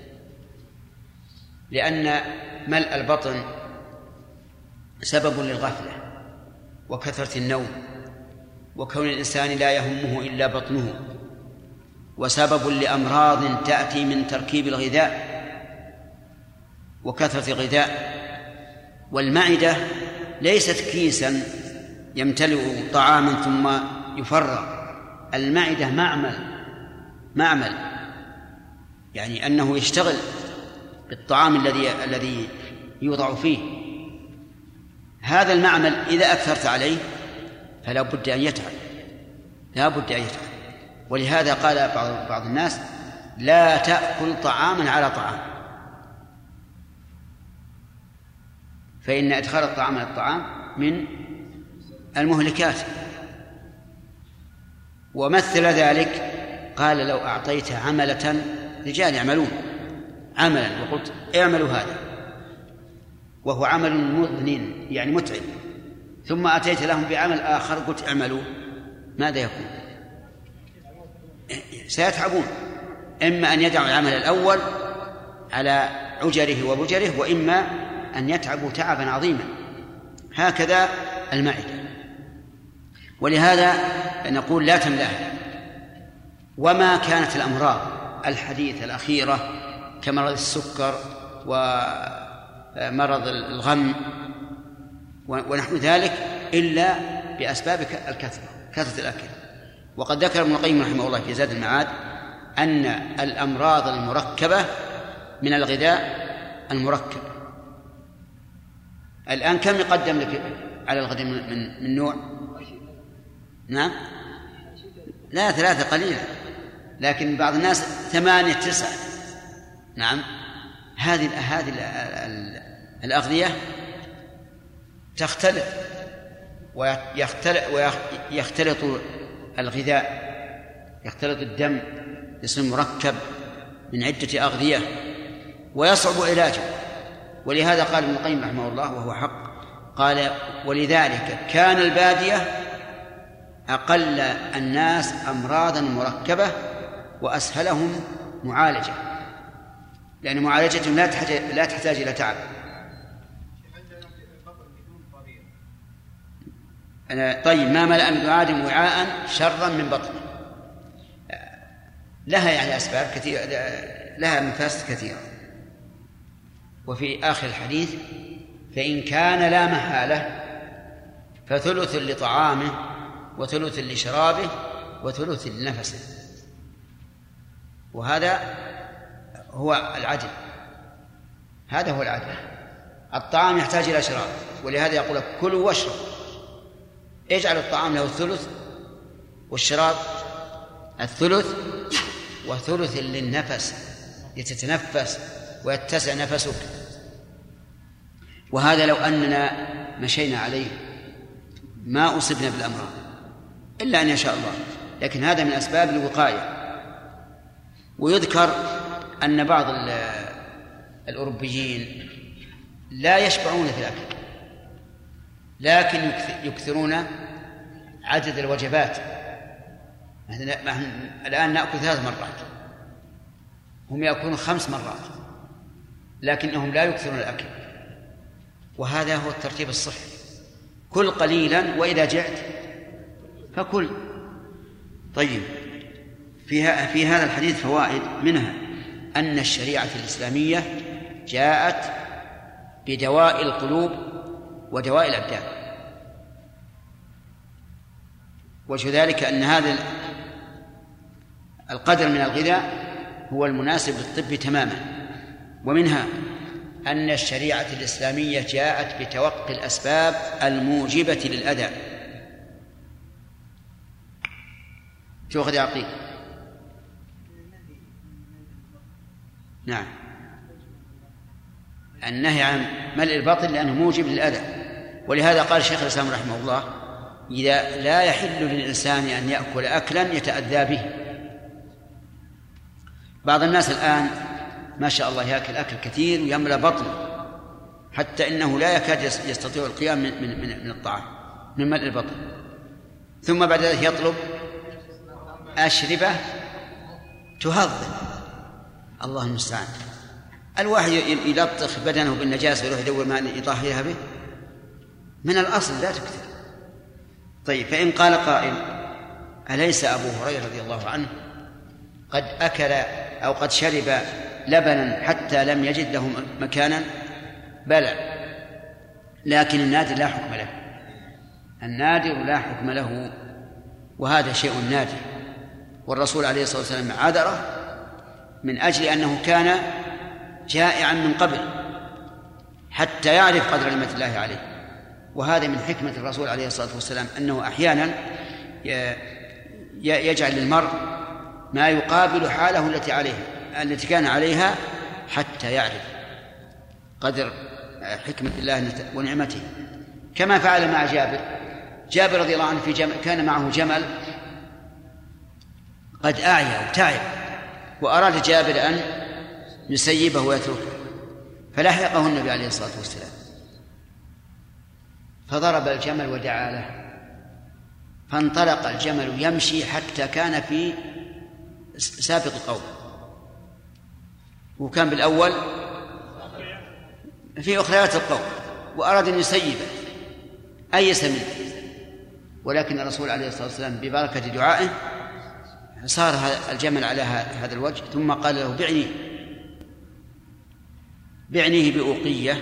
لأن ملء البطن سبب للغفلة وكثرة النوم، وكون الإنسان لا يهمه إلا بطنه، وسبب لأمراض تأتي من تركيب الغذاء وكثرة الغذاء. والمعدة ليست كيسا يمتلئ طعاما ثم يفرغ. المعدة معمل، معمل يعني أنه يشتغل بالطعام الذي الذي يوضع فيه. هذا المعمل إذا أكثرت عليه فلا بد أن يتعب، لا بد أن يتعب. ولهذا قال بعض بعض الناس: لا تأكل طعاما على طعام، فإن إدخال الطعام على الطعام من المهلكات. ومثل ذلك قال: لو أعطيت عملة، رجال يعملون عملا وقلت اعملوا هذا، وهو عمل مضن يعني متعب، ثم أتيت لهم بعمل آخر قلت اعملوا، ماذا يكون؟ سيتعبون. إما أن يدعوا العمل الأول على عجره وبجره، وإما أن يتعبوا تعبا عظيما. هكذا المعدة. ولهذا نقول لا تملاها. وما كانت الأمراض الحديثة الأخيرة كمرض السكر ومرض الغم ونحو ذلك إلا بأسباب الكثرة، كثرة الأكل. وقد ذكر ابن القيم رحمه الله في زاد المعاد أن الأمراض المركبة من الغذاء المركب. الآن كم يقدم لك على الغد من, من, من نوع؟ نعم، لا ثلاثة قليلة، لكن بعض الناس ثمانية تسعة. نعم، هذه هذه الأغذية تختلط ويختلط, ويختلط الغذاء، يختلط الدم، يصير مركب من عدة أغذية ويصعب علاجه. ولهذا قال ابن القيم رحمه الله وهو حق، قال ولذلك كان البادية أقل الناس أمراضا مركبة وأسهلهم معالجة، لأن معالجتهم لا تحتاج لا تحتاج إلى تعب. أنا طيب ما ملأ ابن آدم وعاء شرا من بطنه، لها يعني أسباب كثيرة، لها مفاسد كثيرة. وفي آخر الحديث فإن كان لا محالة فثلث لطعامه وثلث لشرابه وثلث لنفسه، وهذا هو العدل، هذا هو العدل. الطعام يحتاج إلى شراب، ولهذا يقول لك كلوا واشربوا، اجعل الطعام له الثلث والشراب الثلث، وثلث للنفس لتتنفس ويتسع نفسك. وهذا لو أننا مشينا عليه ما أصبنا بالأمراض إلا أن يشاء الله، لكن هذا من أسباب الوقاية. ويذكر أن بعض الأوروبيين لا يشبعون في الأكل، لكن يكثرون عدد الوجبات. الآن نأكل ثلاث مرات، هم يأكلون خمس مرات، لكنهم لا يكثرون الأكل، وهذا هو الترتيب الصحي. كل قليلا وإذا جعت فكل. طيب فيها في هذا الحديث فوائد، منها أن الشريعة الإسلامية جاءت بدواء القلوب ودواء الأبدان، وجه ذلك أن هذا القدر من الغذاء هو المناسب للطب تماما. ومنها أن الشريعة الإسلامية جاءت بتوقي الأسباب الموجبة للأذى. شو أخذ عقيل؟ نعم، النهي عن ملء البطن لأنه موجب للأذى. ولهذا قال الشيخ الإسلام رحمه الله إذا لا يحل للإنسان أن يأكل أكلا يتأذى به. بعض الناس الآن ما شاء الله يأكل أكل كثير ويملأ بطنه حتى إنه لا يكاد يستطيع القيام من, من, من الطعام من ملء البطن، ثم بعد ذلك يطلب أشربة تهضم. الله المستعان. الواحد يلطخ بدنه بالنجاسة ويروح يدور ماء يطهرها به، من الأصل لا تكثر. طيب فإن قال قائل أليس أبو هريرة رضي الله عنه قد أكل أو قد شرب لبنا حتى لم يجد له مكانا؟ بلى، لكن النادر لا حكم له، النادر لا حكم له، وهذا شيء نادر. والرسول عليه الصلاة والسلام عذره من أجل أنه كان جائعا من قبل حتى يعرف قدر نعمة الله عليه. وهذا من حكمة الرسول عليه الصلاة والسلام أنه أحيانا يجعل للمرء ما يقابل حاله التي عليه التي كان عليها حتى يعرف قدر حكمة الله ونعمته، كما فعل مع جابر. جابر رضي الله عنه في جمل كان معه جمل قد أعيا وتعب، وأراد جابر أن يسيبه ويتركه، فلحقه النبي عليه الصلاة والسلام فضرب الجمل ودعا له، فانطلق الجمل يمشي حتى كان في سابق القوم، وكان بالأول في أخريات القوم، وأراد أن يسيبه أيس منه، ولكن الرسول عليه الصلاة والسلام ببركة دعائه صار الجمل على هذا الوجه، ثم قال له بعني بعنيه بأوقية،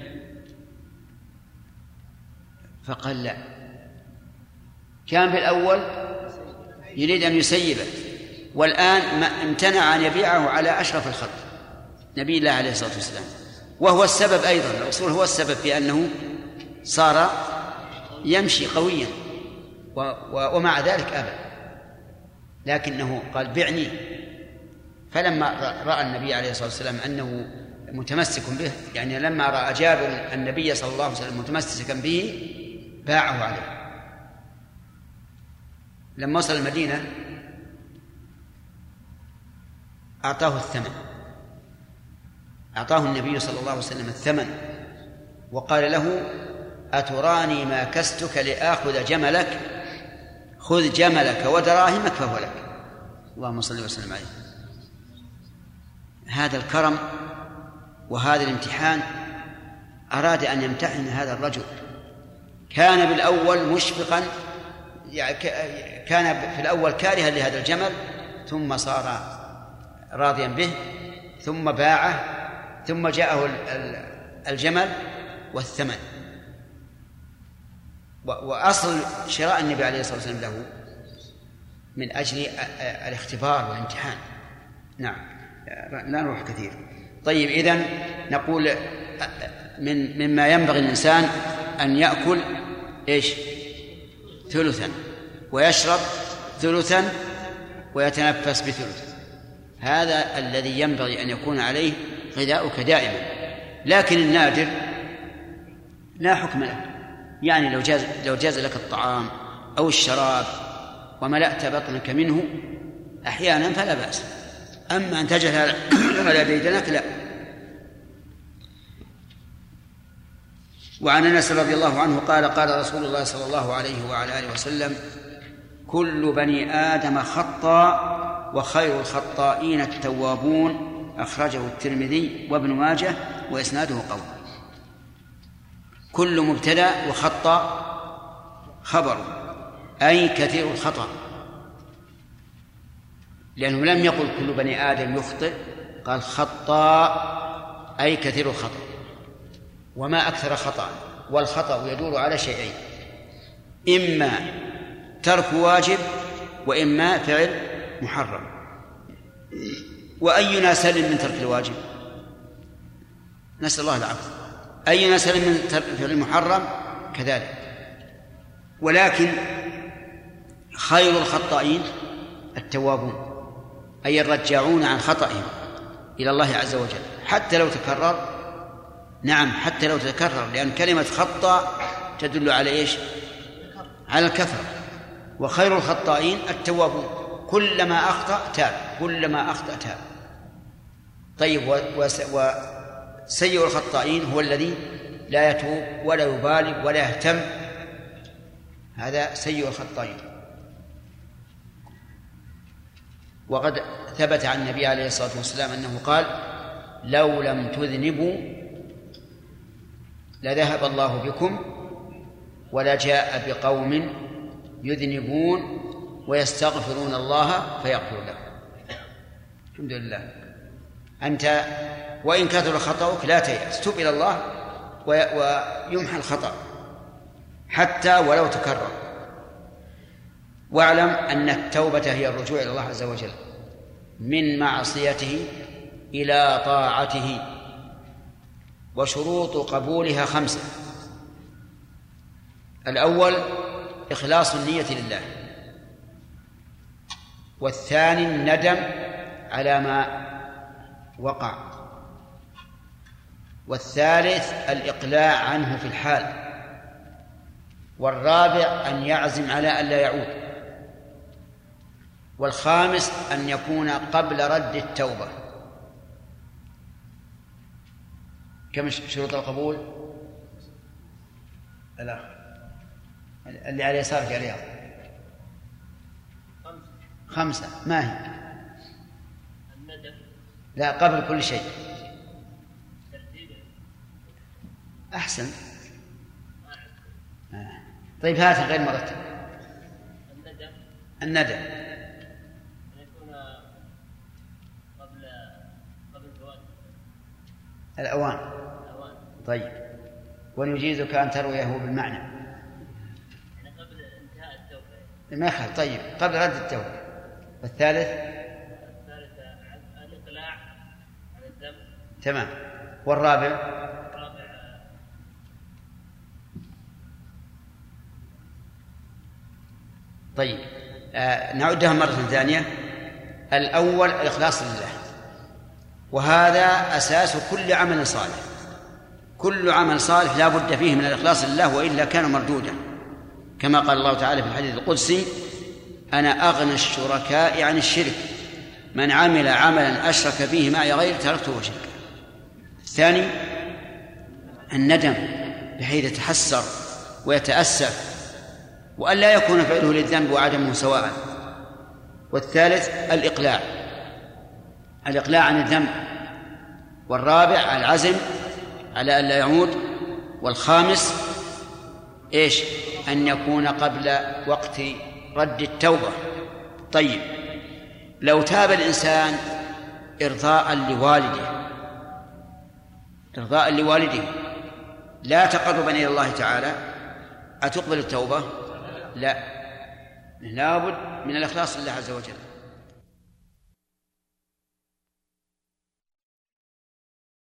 فقال لا. كان بالأول يريد أن يسيبه، والآن ما امتنع أن يبيعه على أشرف الخلق نبي الله عليه الصلاة والسلام، وهو السبب أيضا، الرسول هو السبب في أنه صار يمشي قويا، ومع ذلك أبى، لكنه قال بعني. فلما رأى النبي عليه الصلاة والسلام أنه متمسك به، يعني لما رأى جابر النبي صلى الله عليه وسلم متمسكا به باعه عليه. لما وصل المدينة أعطاه الثمن، أعطاه النبي صلى الله عليه وسلم الثمن وقال له: أتراني ما كستك لآخذ جملك؟ خذ جملك ودراهمك فهو لك. اللهم صل وسلم عليه. هذا الكرم وهذا الامتحان أراد أن يمتحن هذا الرجل. كان بالأول مشفقا، يعني كان في الأول كارها لهذا الجمل، ثم صار راضيا به، ثم باعه، ثم جاءه الجمل والثمن. وأصل شراء النبي عليه الصلاة والسلام له من أجل الاختبار والامتحان. نعم، لا نروح كثير. طيب، إذن نقول من مما ينبغي الإنسان أن يأكل إيش؟ ثلثا، ويشرب ثلثا، ويتنفس بثلث. هذا الذي ينبغي أن يكون عليه غذاؤك دائما. لكن النادر لا حكم له، يعني لو جاز, لو جاز لك الطعام أو الشراب وملأت بطنك منه أحيانا فلا بأس. أما أن تجعل على بيدنك لا. وعن أنس رضي الله عنه قال: قال رسول الله صلى الله عليه وعلى آله وسلم: كل بني آدم خطاء وخير الخطائين التوابون. أخرجه الترمذي وابن ماجه وإسناده قوي. كل مبتدأ وخطأ خبر، أي كثير الخطأ، لأنه لم يقل كل بني آدم يخطئ، قال خطاء أي كثير الخطأ. وما أكثر خطأ، والخطأ يدور على شيئين: إما ترك واجب، وإما فعل محرم. وأينا سلم من ترك الواجب؟ نسأل الله العافية. أينا سلم من فعل المحرم؟ كذلك. ولكن خير الخطائين التوابون، أي الرجاعون عن خطئهم إلى الله عز وجل حتى لو تكرر. نعم، حتى لو تكرر، لأن كلمة خطأ تدل على إيش؟ على الكثرة. وخير الخطائين التوابون، كلما أخطأ تاب، كلما أخطأ تاب. طيب، وسيء الخطائين هو الذي لا يتوب ولا يبالي ولا يهتم، هذا سيء الخطائين. وقد ثبت عن النبي عليه الصلاة والسلام أنه قال: لو لم تذنبوا لذهب الله بكم ولجاء بقوم يذنبون ويستغفرون الله فيغفر لهم. الحمد لله. أنت وإن كثر خطأك لا تيأس، تب إلى الله ويمحى الخطأ حتى ولو تكرر. واعلم أن التوبة هي الرجوع إلى الله عز وجل من معصيته إلى طاعته. وشروط قبولها خمسة: الأول إخلاص النية لله، والثاني الندم على ما وقع، والثالث الإقلاع عنه في الحال، والرابع أن يعزم على ألا يعود، والخامس أن يكون قبل رد التوبة. كم شروط القبول؟ الأخ اللي على يسارك يا رياض. خمسة. ما هي؟ لا، قبل كل شيء. أحسن. آه. طيب، هات غير مرتب. الندم الندم أن يكون قبل قبل الزواج الأوان. الأوان. طيب، ونجيزك أن ترويه بالمعنى، يعني قبل انتهاء التوبة. ما يخالف. طيب، قبل رد التوبة. والثالث الثالث الإقلاع عن الذنب. تمام. والرابع الرابع طيب، آه نعدها مرة ثانية. الأول الإخلاص لله، وهذا أساس كل عمل صالح. كل عمل صالح لا بد فيه من الإخلاص لله، وإلا كان مردودا، كما قال الله تعالى في الحديث القدسي: أنا أغنى الشركاء عن الشرك، من عمل عملا أشرك فيه معي غيري تركته وشركه. الثاني الندم بحيث يتحسر ويتأسف وأن لا يكون فعله للذنب وعدمه سواء. والثالث الإقلاع الإقلاع عن الذنب. والرابع العزم على أن لا يعود. والخامس إيش؟ أن يكون قبل وقت رد التوبة. طيب، لو تاب الإنسان إرضاء لوالده إرضاء لوالده لا تقربا إلى الله تعالى، أتقبل التوبة؟ لا، لا بد من الإخلاص لله عز وجل.